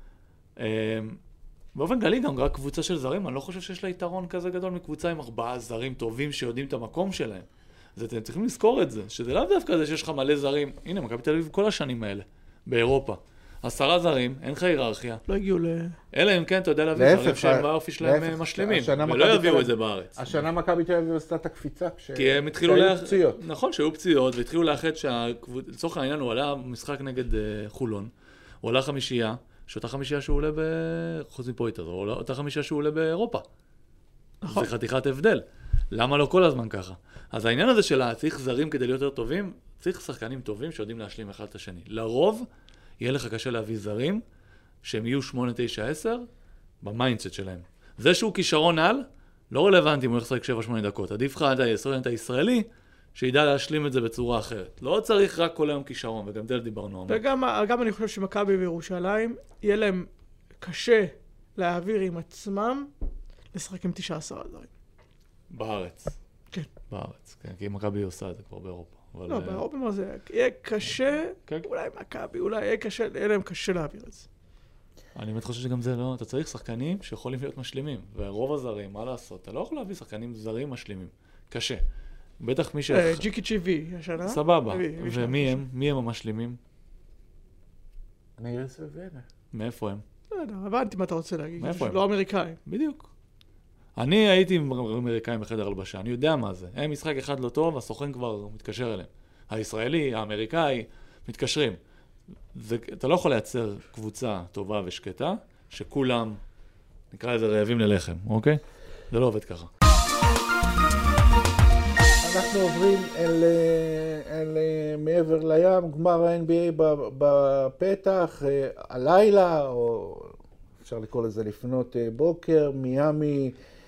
באופן כללי גם רק קבוצה של זרים, אני לא חושב שיש לה יתרון כזה גדול מקבוצה עם ארבעה זרים טובים שיודעים את המקום שלהם. אז אתם צריכים לזכור את זה, שזה לאו דווקא זה שיש לך מלא זרים. הנה, מכבי תל אביב כל השנים האלה, באירופה. עשרה זרים, אין לך היררכיה. לא הגיעו ל... אלא אם כן, אתה יודע להביא זרים שהם באופי שלהם משלימים, ולא יביאו את זה בארץ. השנה מכבי תל אביב עשתה את הקפיצה, כי הם התחילו לאחד... נכון, שהיו פציעות, והתחילו לאחד לצורך העניין הוא עלה משחק נגד חולון, הוא עלה חמישייה, שאותה חמישייה שהוא עולה חוץ מפויטר, אותה חמישייה שהוא עולה באירופה. זה חתיכת הבדל. למה לא כל הזמן ככה? אז העניין הזה של צריך זרים כדי להיות יותר טובים, צריך שחקנים טובים שיודעים להשלים אחד את השני. לרוב, יהיה לך קשה להביא זרים שהם יהיו שמונה, תשע, עשר במיינדסט שלהם. זה שהוא כישרון על, לא רלוונטי אם הוא יחסק שבע שמונה דקות. עדיף לך את הישראלי שידע להשלים את זה בצורה אחרת. לא צריך רק כל היום כישרון, וגם דל דיברנו. וגם גם אני חושב שמכבי בירושלים, יהיה להם קשה להעביר עם עצמם לשחק עם תשעה עשר זרים. בארץ. כן. בארץ, כן, כי מכבי עושה את זה כבר באירופה. לא, באירופה מה זה, יהיה קשה, אולי מכבי, אולי יהיה קשה, יהיה להם קשה להעביר את זה. אני באמת חושב שגם זה לא, אתה צריך שחקנים שיכולים להיות משלימים, ורוב הזרים, מה לעשות? אתה לא יכול להביא שחקנים זרים משלימים, קשה. בטח מי ש... ג'יקי צ'יבי, השנה? סבבה, ומי הם? מי הם המשלימים? נאירס וויאנה. מאיפה הם? לא יודע, הבנתי מה אתה רוצה להגיד. מאיפה הם? לא אמריקאים. בדיוק. אני הייתי עם אמריקאים בחדר הלבשה, אני יודע מה זה. הם משחק אחד לא טוב, הסוכן כבר מתקשר אליהם. הישראלי, האמריקאי, מתקשרים. זה, אתה לא יכול לייצר קבוצה טובה ושקטה, שכולם, נקרא לזה רעבים ללחם, אוקיי? זה לא עובד ככה. אנחנו עוברים אל, אל מעבר לים, גמר ה-אן בי איי בפתח, הלילה, או אפשר לקרוא לזה לפנות בוקר, מיאמי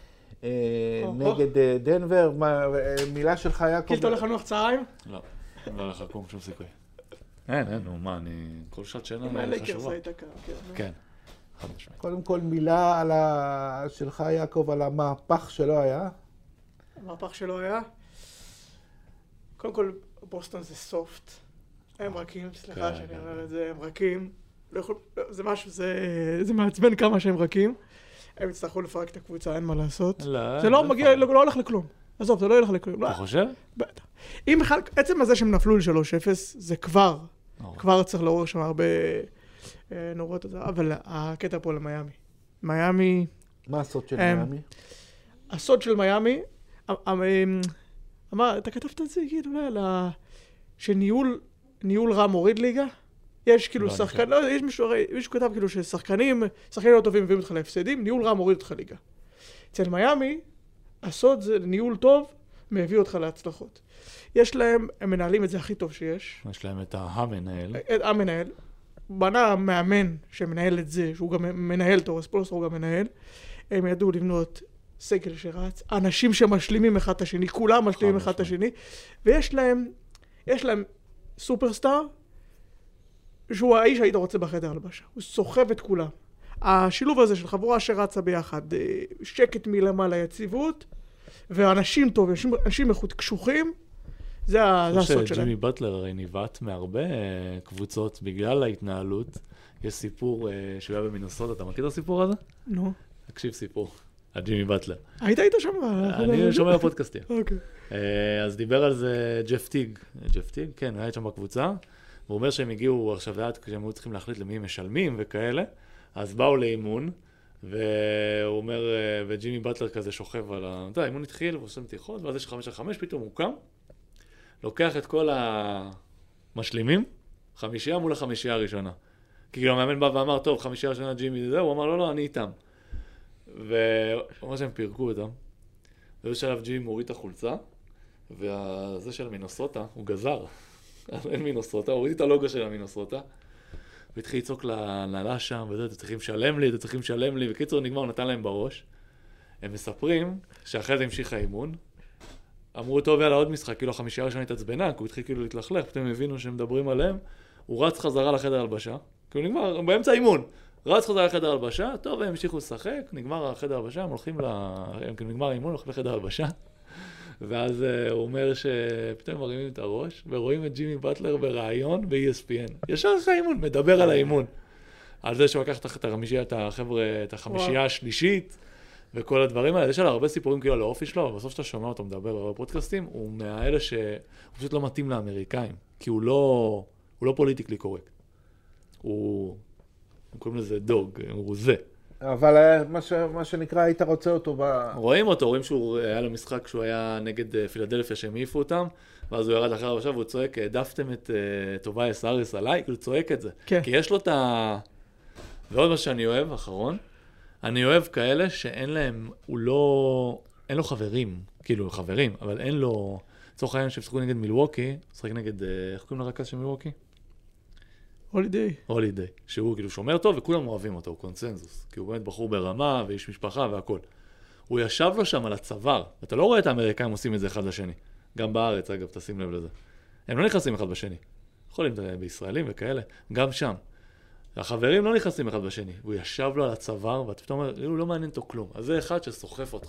נגד דנבר. מילה שלך, יעקב? קיל, אתה הולך לנוח צהריים? לא, לא הולך לקום שום סיכוי. אין, אין, נו, מה, אני... כל שעת שינה חשובה. כן, חד משמעית. קודם כל מילה על ה... שלך, יעקב, על המהפך שלא היה. המהפך שלא היה? קודם כל, בוסטון זה סופט. הם רכים, סליחה שאני אומר את זה, הם רכים. זה משהו, זה מעצבן כמה שהם רכים. הם יצטרכו לפרק את הקבוצה, אין מה לעשות. זה לא מגיע, לא הולך לכלום. עזוב, זה לא הולך לכלום. אתה חושב? בטח. אם בכלל, עצם הזה שהם נפלו ל-שלוש אפס, זה כבר, כבר צריך לעורר שם הרבה נורות. אבל הקטע פה למיימי. מיימי... מה הסוד של מיימי? הסוד של מיימי, אמר, אתה כתבת את זה, גיד, אולי, שניהול, ניהול רע מוריד ליגה? יש כאילו שחקן, לא, יש מישהו, מישהו כתב כאילו ששחקנים, שחקנים לא טובים מביאים אותך להפסדים, ניהול רע מוריד אותך ליגה. אצל מיימי, הסוד זה ניהול טוב, מביא אותך להצלחות. יש להם, הם מנהלים את זה הכי טוב שיש. יש להם את המנהל. את המנהל. בנה מאמן שמנהל את זה, שהוא גם מנהל טוב, הספולסטר הוא גם מנהל. הם ידעו לבנות סגל שרץ, אנשים שמשלימים אחד את השני, כולם משלימים אחד את השני, ויש להם, יש להם סופרסטאר, שהוא האיש שהיית רוצה בחדר הלבשה. הוא סוחב את כולם. השילוב הזה של חבורה שרצה ביחד, שקט מלמעלה, יציבות, ואנשים טוב, אנשים, אנשים איכות קשוחים, זה הסוד שלהם. ג'ימי באטלר הרי ניבט מהרבה קבוצות בגלל ההתנהלות. יש סיפור שהוא היה במינסוטה, אתה מכיר את הסיפור הזה? נו. תקשיב סיפור, על ג'ימי באטלר. היית היית שם? אני שומע פודקאסטים. אוקיי. אז דיבר על זה ג'ף טיג. ג'ף טיג, כן, הוא היה שם בקבוצה. והוא אומר שהם הגיעו עכשיו לאט, כשהם היו צריכים להחליט למי הם משלמים וכאלה. אז באו לאימון, והוא אומר, וג'ימי באטלר כזה שוכב על ה... אתה יודע, האימון התחיל, ועושה מתיחות, ואז יש חמש על חמש, פתאום הוא קם, לוקח את כל המשלימים, חמישייה מול החמישייה הראשונה. כי כאילו המאמן בא ואמר, טוב, חמישייה הראשונה ג'ימי זה, הוא אמר, לא, לא, אני איתם. והוא אומר שהם פירקו אותם, ובשלב ג'ימי מוריד את החולצה, וזה של מינסוטה, הוא גזר. אין מינסוטה, הוריד את הלוגו של המינוסוטה, והתחיל לצעוק להנהלה שם, וזה, אתם צריכים לשלם לי, אתם צריכים לשלם לי, וקיצור נגמר, הוא נתן להם בראש. הם מספרים שאחרי זה המשיך האימון, אמרו, טוב, יאללה, עוד משחק, כאילו החמישייה הראשונה התעצבנה, כי הוא התחיל כאילו להתלכלך, פתאום הבינו שהם מדברים עליהם, הוא רץ חזרה לחדר הלבשה, כאילו נגמר, באמצע האימון, רץ חזרה לחדר הלבשה, טוב, הם המשיכו לשחק, נגמר החדר הלבשה, הם הולכים ל... הם כאילו נגמר האימון, הולכים לחדר הלבשה. ואז uh, הוא אומר שפתאום מרימים את הראש, ורואים את ג'ימי באטלר ברעיון ב-אי אס פי אן. ישר אחרי האימון, מדבר על האימון. על זה שהוא לקח את החמישייה, את החבר'ה, את החמישייה השלישית, וכל הדברים האלה. יש עליו הרבה סיפורים כאילו על האופי שלו, אבל בסוף שאתה שומע אותו מדבר בפודקאסטים, הוא מהאלה שהוא פשוט לא מתאים לאמריקאים, כי הוא לא, הוא לא פוליטיקלי קורקט. הוא, הם קוראים לזה דוג, הוא זה. אבל מה, ש... מה שנקרא, היית רוצה אותו ב... רואים אותו, רואים שהוא היה לו משחק כשהוא היה נגד פילדלפיה שהם העיפו אותם, ואז הוא ירד אחר עכשיו והוא צועק, העדפתם את uh, טובייס האריס עליי, כאילו צועק את זה. כן. כי יש לו את ה... ועוד מה שאני אוהב, אחרון, אני אוהב כאלה שאין להם, הוא לא... אין לו חברים, כאילו חברים, אבל אין לו... צורך העניין שפסקו נגד מילווקי, שחק נגד... איך קוראים לרכז של מילווקי? הולידיי. הולידיי, שהוא כאילו שומר טוב וכולם אוהבים אותו, הוא קונצנזוס, כי הוא באמת בחור ברמה ואיש משפחה והכל. הוא ישב לו שם על הצוואר, אתה לא רואה את האמריקאים עושים את זה אחד לשני. גם בארץ, אגב, תשים לב לזה. הם לא נכנסים אחד בשני. יכולים בישראלים וכאלה, גם שם. החברים לא נכנסים אחד בשני. הוא ישב לו על הצוואר, ואתה פתאום אומר, הוא לא מעניין אותו כלום. אז זה אחד שסוחף אותך.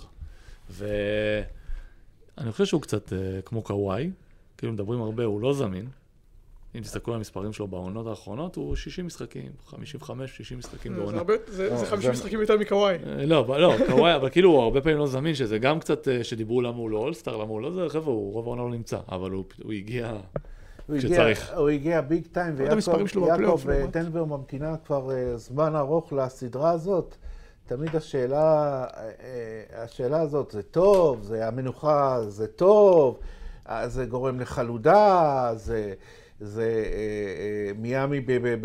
ואני חושב שהוא קצת כמו קוואי, כאילו מדברים הרבה, הוא לא זמין. אם תסתכלו על המספרים שלו בעונות האחרונות, הוא שישים משחקים, חמישים וחמש, שישים משחקים בעונה. זה חמישים משחקים יותר מקוואי. לא, לא, קוואי, אבל כאילו הוא הרבה פעמים לא זמין, שזה גם קצת שדיברו למה הוא לא אולסטאר, למה הוא לא זה, חבר'ה, הוא רוב העונה לא נמצא, אבל הוא הגיע כשצריך. הוא הגיע ביג טיים, ויעקב דנבר ממתינה כבר זמן ארוך לסדרה הזאת. תמיד השאלה, השאלה הזאת, זה טוב, זה המנוחה, זה טוב, זה גורם לחלודה, זה... זה מיאמי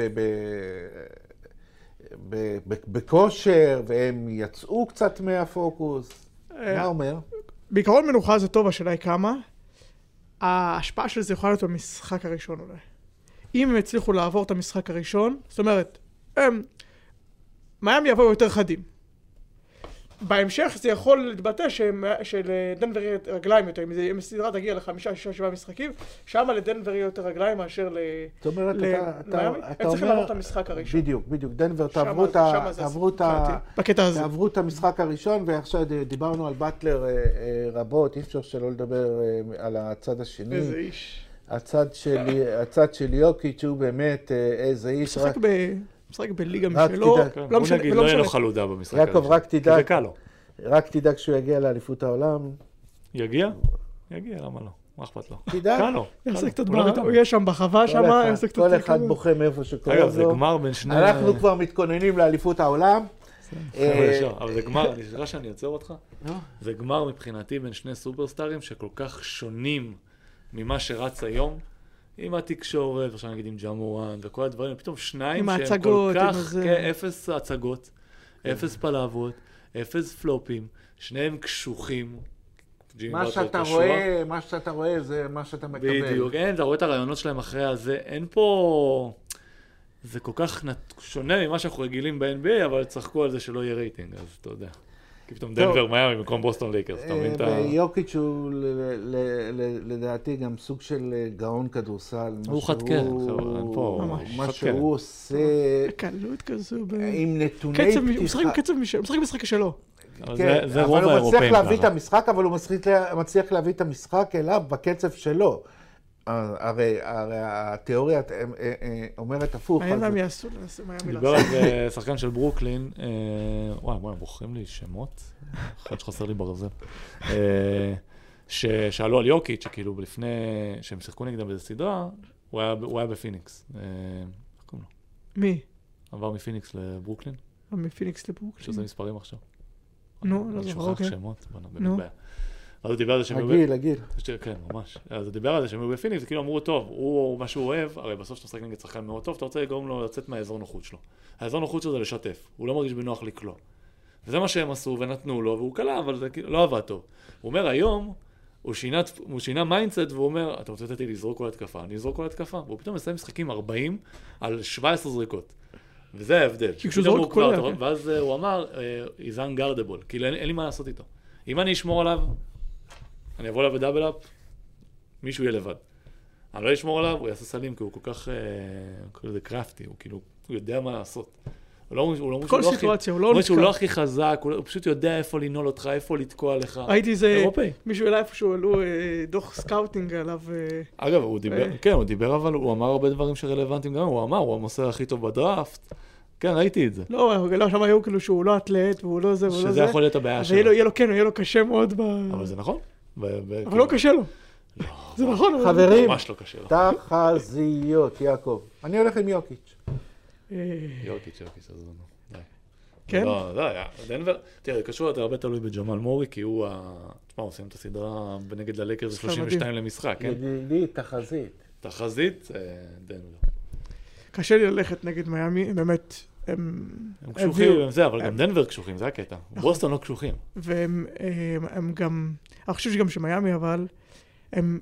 בכושר, והם יצאו קצת מהפוקוס. מה אומר? בעיקרון מנוחה זה טוב, השאלה היא כמה. ההשפעה של זה יכולה להיות במשחק הראשון אולי. אם הם הצליחו לעבור את המשחק הראשון, זאת אומרת, הם, מיאמי יבואו יותר חדים. בהמשך זה יכול להתבטא שלדנבר יהיה רגליים יותר, אם הסדרה תגיע לחמישה, שישה, שבעה משחקים, שם לדנבר יהיה יותר רגליים מאשר למיאמי, הם צריכים לעבור את המשחק הראשון. בדיוק, בדיוק, דנבר תעברו את המשחק הראשון, ועכשיו דיברנו על באטלר רבות, אי אפשר שלא לדבר על הצד השני. איזה איש. הצד של יוקיץ' הוא באמת איזה איש. משחק ב... משחק בליגה משלו, לא משנה, לא יהיה לו חלודה במשחק הזה. יעקב, רק תדאג, רק תדאג שהוא יגיע לאליפות העולם. יגיע? יגיע, למה לא? מה אכפת לו? תדאג. קל לו. הוא יהיה שם בחווה שם, כל אחד בוכה מאיפה שקורא לו. אגב, זה גמר בין שני... אנחנו כבר מתכוננים לאליפות העולם. אבל זה גמר, אני חושב שאני יוצר אותך. זה גמר מבחינתי בין שני סופרסטארים שכל כך שונים ממה שרץ היום. עם התקשורת, עכשיו נגיד עם ג'מורן וכל הדברים, פתאום שניים שהם כל כך, כן, אפס הצגות, אפס פלאבות, אפס פלופים, שניהם קשוחים. מה שאתה רואה, מה שאתה רואה זה מה שאתה מקבל. בדיוק, אין, אתה רואה את הרעיונות שלהם אחרי הזה, אין פה... זה כל כך שונה ממה שאנחנו רגילים ב-אן בי איי, אבל צחקו על זה שלא יהיה רייטינג, אז אתה יודע. כי פתאום דנבר מיאמי במקום בוסטון לייקרס, אתה מבין את ה... יוקיץ' הוא לדעתי גם סוג של גאון כדורסל. הוא חד כן, אין פה... מה שהוא עושה... בקלות כזו. עם נתוני פתיחה. הוא משחק קצב משל, הוא משחק משחק שלו. זה רוב האירופאים. אבל הוא מצליח להביא את המשחק, אבל הוא מצליח להביא את המשחק אליו בקצב שלו. הרי התיאוריה אומרת הפוך. מה הם יעשו? מה הם דיבר על זה שחקן של ברוקלין, וואי, וואי, בוחרים לי שמות, אחד שחסר לי ברזל, ששאלו על יוקיץ' שכאילו לפני שהם שיחקו נגדם באיזו סדרה, הוא היה בפיניקס. איך קוראים לו? מי? עבר מפיניקס לברוקלין. מפיניקס לברוקלין? שזה מספרים עכשיו. נו, לא זוכר, אוקיי. שוכח שמות, באמת בעיה. אז הוא דיבר על זה שהם... הגיל, הגיל. כן, ממש. אז הוא דיבר על זה שהם היו בפיניקס, וכאילו אמרו, טוב, הוא, מה שהוא אוהב, הרי בסוף שאתה משחק נגד שחקן מאוד טוב, אתה רוצה לגרום לו לצאת מהאזור נוחות שלו. האזור נוחות שלו זה לשתף, הוא לא מרגיש בנוח לקלוע. וזה מה שהם עשו ונתנו לו, והוא קלע, אבל זה לא עבד טוב. הוא אומר, היום, הוא שינה, הוא שינה מיינדסט, והוא אומר, אתה רוצה לתת לי לזרוק כל התקפה, אני אזרוק כל התקפה. והוא פתאום מסיים משחקים ארבעים על שבע עשרה זריקות. וזה ההבדל. ואז הוא אמר, he's unguardable, כאילו אין לי מה לעשות איתו. אם אני אשמור עליו, אני אבוא אליו בדאבל אפ, מישהו יהיה לבד. אני לא אשמור עליו, הוא יעשה סלים, כי הוא כל כך, כאילו זה קראפטי, הוא כאילו, הוא יודע מה לעשות. כל סיטואציה, הוא לא נתקע. הוא לא הכי חזק, הוא פשוט יודע איפה לנעול אותך, איפה לתקוע לך. ראיתי זה, מישהו אליי איפשהו, עלו דוח סקאוטינג עליו. אגב, הוא דיבר, כן, הוא דיבר, אבל הוא אמר הרבה דברים שרלוונטיים גם, הוא אמר, הוא המוסר הכי טוב בדראפט. כן, ראיתי את זה. לא, לא, שם היו כאילו שהוא לא אטלט, והוא לא זה, והוא לא זה. שזה יכול להיות הבעיה שלו. יהיה לו, כן, יהיה לו קשה מאוד ב... אבל זה נכון. אבל לא קשה לו. זה נכון. חברים, ממש לא קשה לו. תחזיות, יעקב. אני הולך עם יוקיץ'. יוקיץ', יוקיץ', אז די. כן? לא, לא, דנבר, תראה, זה קשור, אתה הרבה תלוי בג'מאל מורי, כי הוא, תשמע, עושים את הסדרה בנגד ללקרס שלושים ושתיים למשחק, כן? ידידי, תחזית. תחזית, דנבר. קשה לי ללכת נגד מיאמי, באמת, הם... הם קשוחים, הם זה, אבל גם דנבר קשוחים, זה הקטע. בוסטון לא קשוחים. והם גם, אני חושב שגם שמיאמי, אבל הם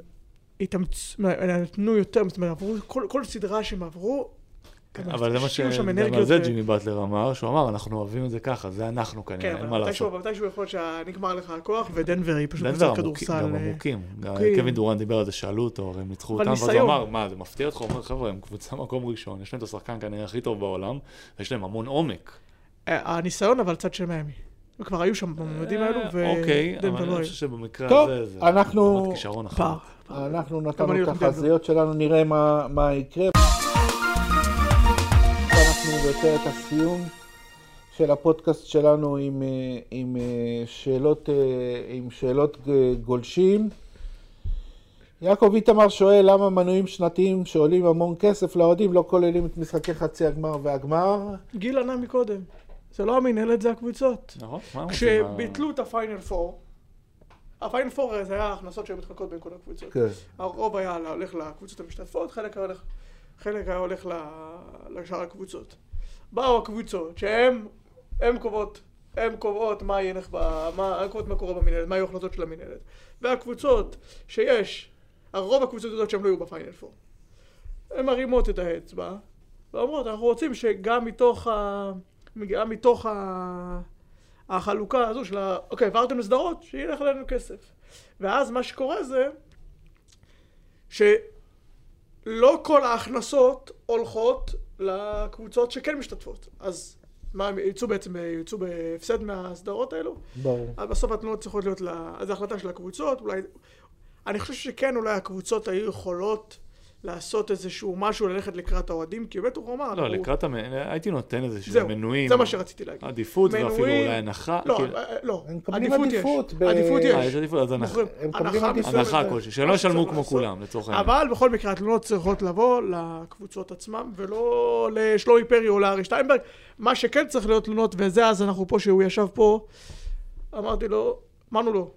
נתנו יותר, זאת אומרת, עברו, כל סדרה שהם עברו, אבל זה מה ש... גם על זה ג'ימי באטלר אמר, שהוא אמר, אנחנו אוהבים את זה ככה, זה אנחנו כנראה, אין מה לעשות. כן, אבל מתישהו יכול להיות שנגמר לך הכוח, ודנבר היא פשוט קצת כדורסל. דנבר עמוקים, גם קווין דורנט דיבר על זה, שאלו אותו, הרי הם ניצחו אותם, ואז הוא אמר, מה, זה מפתיע אותך? הוא אומר, חבר'ה, הם קבוצה מקום ראשון, יש להם את השחקן כנראה הכי טוב בעולם, ויש להם המון עומק. הניסיון, אבל צד של מיאמי. כבר היו שם בממדים האלו, אוקיי, אבל אני חושב שבמקרה הזה, זה אנחנו כישרון אחר. אנחנו נתנו את החזיות שלנו, נראה מה יקרה. אנחנו בפרק הסיום של הפודקאסט שלנו עם, עם, שאלות, עם שאלות גולשים. יעקב איתמר שואל למה מנויים שנתיים שעולים המון כסף לאוהדים לא כוללים את משחקי חצי הגמר והגמר. גיל ענה מקודם, זה לא המנהלת, זה הקבוצות. נכון. כשביטלו את הפיינל פור, הפיינל פור זה היה ההכנסות שהיו מתחלקות בין כל הקבוצות. כן. הרוב היה הולך לקבוצות המשתתפות, חלק היה הולך... חלק היה הולך לשאר הקבוצות. באו הקבוצות שהן, הן קובעות, הן קובעות מה ינך ב... מה, הן קובעות מה קורה במנהלת, מה היו החלטות של המנהלת. והקבוצות שיש הרוב הקבוצות יודעות שהם לא יהיו בפיינל פור. הן מרימות את האצבע, ואומרות, אנחנו רוצים שגם מתוך ה... גם מתוך ה... החלוקה הזו של ה... אוקיי, עברתם לסדרות, שילך לנו כסף. ואז מה שקורה זה, שלא כל ההכנסות הולכות לקבוצות שכן משתתפות. אז מה, הם יצאו בעצם, יצאו בהפסד מהסדרות האלו? ברור. אז בסוף התנועות צריכות להיות, לה... אז ההחלטה של הקבוצות, אולי... אני חושב שכן, אולי הקבוצות היו יכולות לעשות איזשהו משהו, ללכת לקראת האוהדים, כי באמת הוא אמר... לא, הוא... לקראת המ... הייתי נותן איזה מנויים. זה מה שרציתי להגיד. עדיפות ואפילו אולי הנחה. לא, כאילו... לא. הם מקבלים עדיפות עדיפות. יש. ב... עדיפות יש. אה, יש עדיפות, אז הנחה. הם מקבלים עדיפות. הנחה כלשהי, שלא ישלמו כמו כולם, לצורך העניין. אבל בכל מקרה, התלונות צריכות לבוא לקבוצות עצמם, ולא לשלומי פרי או לארי שטיינברג. מה שכן צריך להיות תלונות, וזה אז אנחנו פה, שהוא ישב פה, אמרתי לו, אמרנו לו,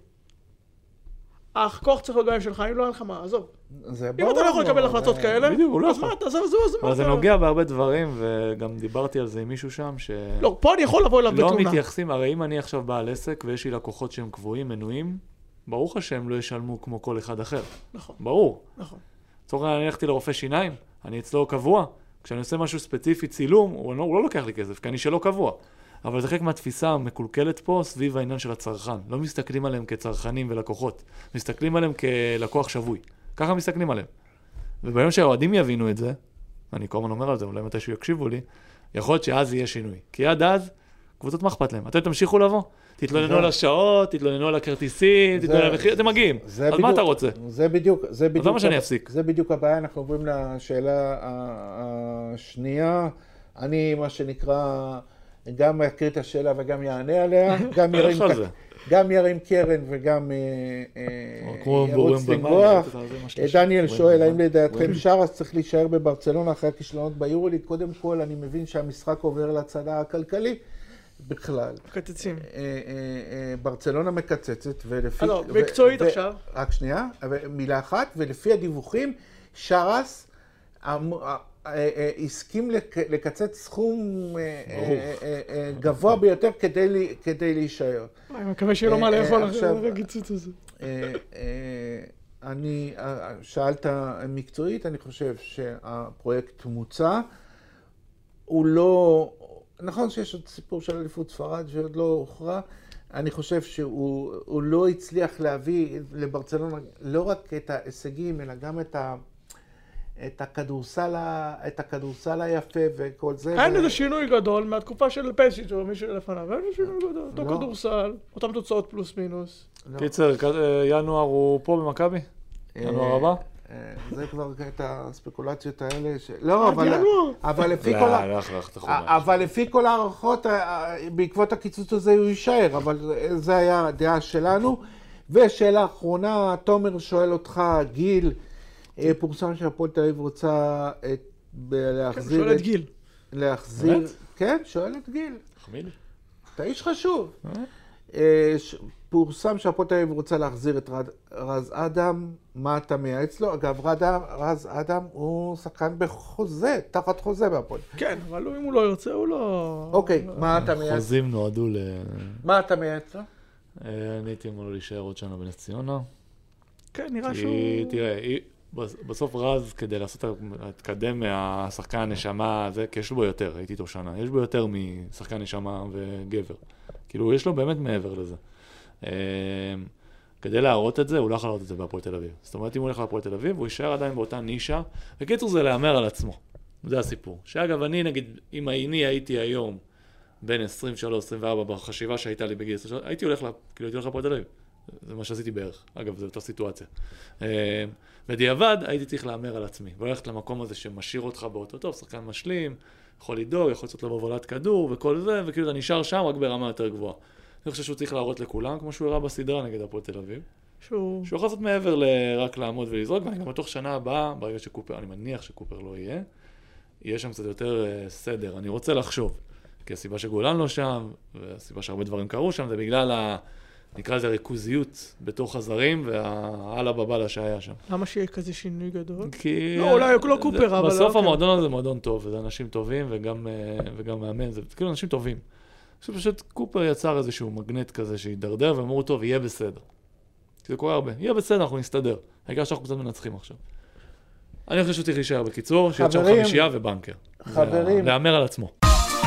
אך כוח צריך להיות בעיה שלך, אם לא היה לך מה, עזוב. אם אתה לא יכול לקבל החלטות כאלה, אז מה אתה, אז מה אתה... זה נוגע בהרבה דברים, וגם דיברתי על זה עם מישהו שם, ש... לא, פה אני יכול לבוא אליו בתלונה. לא מתייחסים, הרי אם אני עכשיו בעל עסק, ויש לי לקוחות שהם קבועים, מנויים, ברור לך שהם לא ישלמו כמו כל אחד אחר. נכון. ברור. נכון. צורך אני הלכתי לרופא שיניים, אני אצלו קבוע, כשאני עושה משהו ספציפי, צילום, הוא לא, הוא לא לוקח לי כסף, כי אני שלא קבוע. אבל זה חלק מהתפיסה המקולקלת פה סביב העניין של הצרכן. לא מסתכלים עליהם כצרכנים ולקוחות, מסתכלים עליהם כלקוח שבוי. ככה מסתכלים עליהם. וביום שהאוהדים יבינו את זה, אני כל הזמן אומר על זה, אולי מתישהו יקשיבו לי, יכול להיות שאז יהיה שינוי. כי עד אז, קבוצות מה אכפת להם. אתם תמשיכו לבוא. תתלוננו על השעות, תתלוננו על הכרטיסים, תתלוננו על המחיר, אתם מגיעים. אז מה אתה רוצה? זה בדיוק, זה בדיוק. אז למה שאני אפסיק? זה בדיוק הבעיה, אנחנו עוברים לשאלה השנייה. אני, מה שנקרא, גם אקריא את השאלה וגם יענה עליה, גם ירים, גם ירים קרן וגם ירוץ לגבוח. דניאל שואל, האם לדעתכם שרס צריך להישאר בברצלונה אחרי הכישלונות ביורוליג? קודם כל, אני מבין שהמשחק עובר לצדה הכלכלי בכלל. מקצצים. ברצלונה מקצצת, ולפי... לא, מקצועית עכשיו. רק שנייה, מילה אחת, ולפי הדיווחים, שרס הסכים לקצץ סכום גבוה ביותר כדי להישאר. אני מקווה שיהיה לו מה לאכול אחרי הקיצוץ הזה. אני, שאלת מקצועית, אני חושב שהפרויקט מוצע. הוא לא, נכון שיש עוד סיפור של אליפות ספרד שעוד לא הוכרע, אני חושב שהוא לא הצליח להביא לברצלונה לא רק את ההישגים, אלא גם את ה... את הכדורסל, את הכדורסל היפה וכל זה. אין איזה שינוי גדול מהתקופה של פסיץ' או מישהו לפניו, אין איזה שינוי גדול. אותו כדורסל, אותם תוצאות פלוס מינוס. קיצר, ינואר הוא פה במכבי? ינואר הבא? זה כבר את הספקולציות האלה. לא, אבל לפי כל... אבל לפי כל הערכות, בעקבות הקיצוץ הזה הוא יישאר, אבל זה היה הדעה שלנו. ושאלה אחרונה, תומר שואל אותך, גיל, פורסם שהפועל תל אביב רוצה להחזיר... שואל את גיל. להחזיר... כן, שואל את גיל. חמיד. אתה איש חשוב. פורסם שהפועל תל אביב רוצה להחזיר את רז אדם. מה אתה מייעץ לו? אגב, רז אדם הוא שחקן בחוזה, תחת חוזה בהפועל. כן, אבל אם הוא לא ירצה, הוא לא... אוקיי, מה אתה מייעץ? חוזים נועדו ל... מה אתה מייעץ לו? אני הייתי אמור להישאר עוד שנה בנס ציונה. כן, נראה שהוא... תראה, בסוף רז, כדי לעשות, להתקדם מהשחקן הנשמה הזה, כי יש לו בו יותר, הייתי איתו שנה, יש בו יותר משחקן נשמה וגבר. כאילו, יש לו באמת מעבר לזה. כדי להראות את זה, הוא לא יכול להראות את זה בהפועל תל אביב. זאת אומרת, אם הוא הולך להפועל תל אביב, הוא יישאר עדיין באותה נישה, וקיצור זה להאמר על עצמו. זה הסיפור. שאגב, אני נגיד, אם אני הייתי היום בין עשרים ושלוש עשרים וארבע בחשיבה שהייתה לי בגיל עשרים ושלוש, הייתי הולך, כאילו, הייתי הולך להפועל תל אביב. זה מה שעשיתי בערך. אגב, זו אותה סיטואציה. בדיעבד, הייתי צריך להאמר על עצמי, וללכת למקום הזה שמשאיר אותך באותו טוב, שחקן משלים, יכול לדאוג, יכול לצאת לו בהובלת כדור וכל זה, וכאילו אתה נשאר שם רק ברמה יותר גבוהה. אני חושב שהוא צריך להראות לכולם, כמו שהוא הראה בסדרה נגד הפועל תל אביב. שהוא... שהוא יכול לעשות מעבר לרק לעמוד ולזרוק, ואני גם בתוך שנה הבאה, ברגע שקופר, אני מניח שקופר לא יהיה, יהיה שם קצת יותר uh, סדר. אני רוצה לחשוב, כי הסיבה שגולן לא שם, והסיבה שהרבה דברים קרו שם, זה בגלל ה... נקרא לזה ריכוזיות בתוך הזרים, והעלה בבאללה שהיה שם. למה שיהיה כזה שינוי גדול? כי... לא, אולי לא קופר, אבל... בסוף המועדון הזה זה מועדון טוב, וזה אנשים טובים, וגם, וגם מאמן, זה כאילו אנשים טובים. פשוט קופר יצר איזשהו מגנט כזה שידרדר, ואמרו, טוב, יהיה בסדר. כי זה קורה הרבה, יהיה בסדר, אנחנו נסתדר. העיקר שאנחנו קצת מנצחים עכשיו. אני חושב שהוא צריך להישאר בקיצור, שיהיה שם חברים, חמישייה ובנקר. חברים. להאמר על עצמו.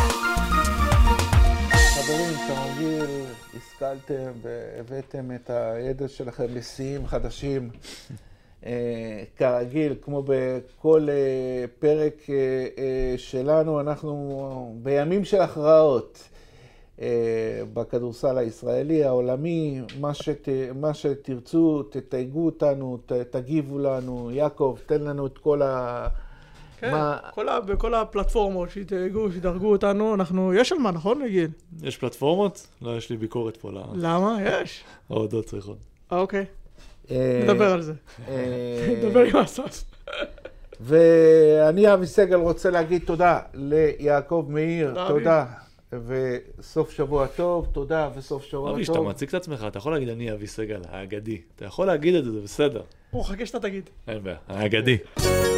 חברים, כרגיל, השכלתם והבאתם את הידע שלכם לשיאים חדשים. כרגיל, כמו בכל פרק שלנו, אנחנו בימים של הכרעות. בכדורסל הישראלי, העולמי, מה, שת, מה שתרצו, תתייגו אותנו, ת, תגיבו לנו. יעקב, תן לנו את כל ה... כן, מה... כל ה, בכל הפלטפורמות שתייגו, שדרגו אותנו, אנחנו, יש על מה, נכון, נגיד? יש פלטפורמות? לא, יש לי ביקורת פה. למה? יש. ההודות צריכות. אוקיי. נדבר על זה. נדבר עם הסוף. ואני, אבי סגל, רוצה להגיד תודה ליעקב מאיר. תודה. וסוף שבוע טוב, תודה, וסוף שבוע טוב. אבי, שאתה מציג את עצמך, אתה יכול להגיד אני אבי סגל, האגדי. אתה יכול להגיד את זה, זה בסדר. או, חכה שאתה תגיד. אין בעיה, האגדי.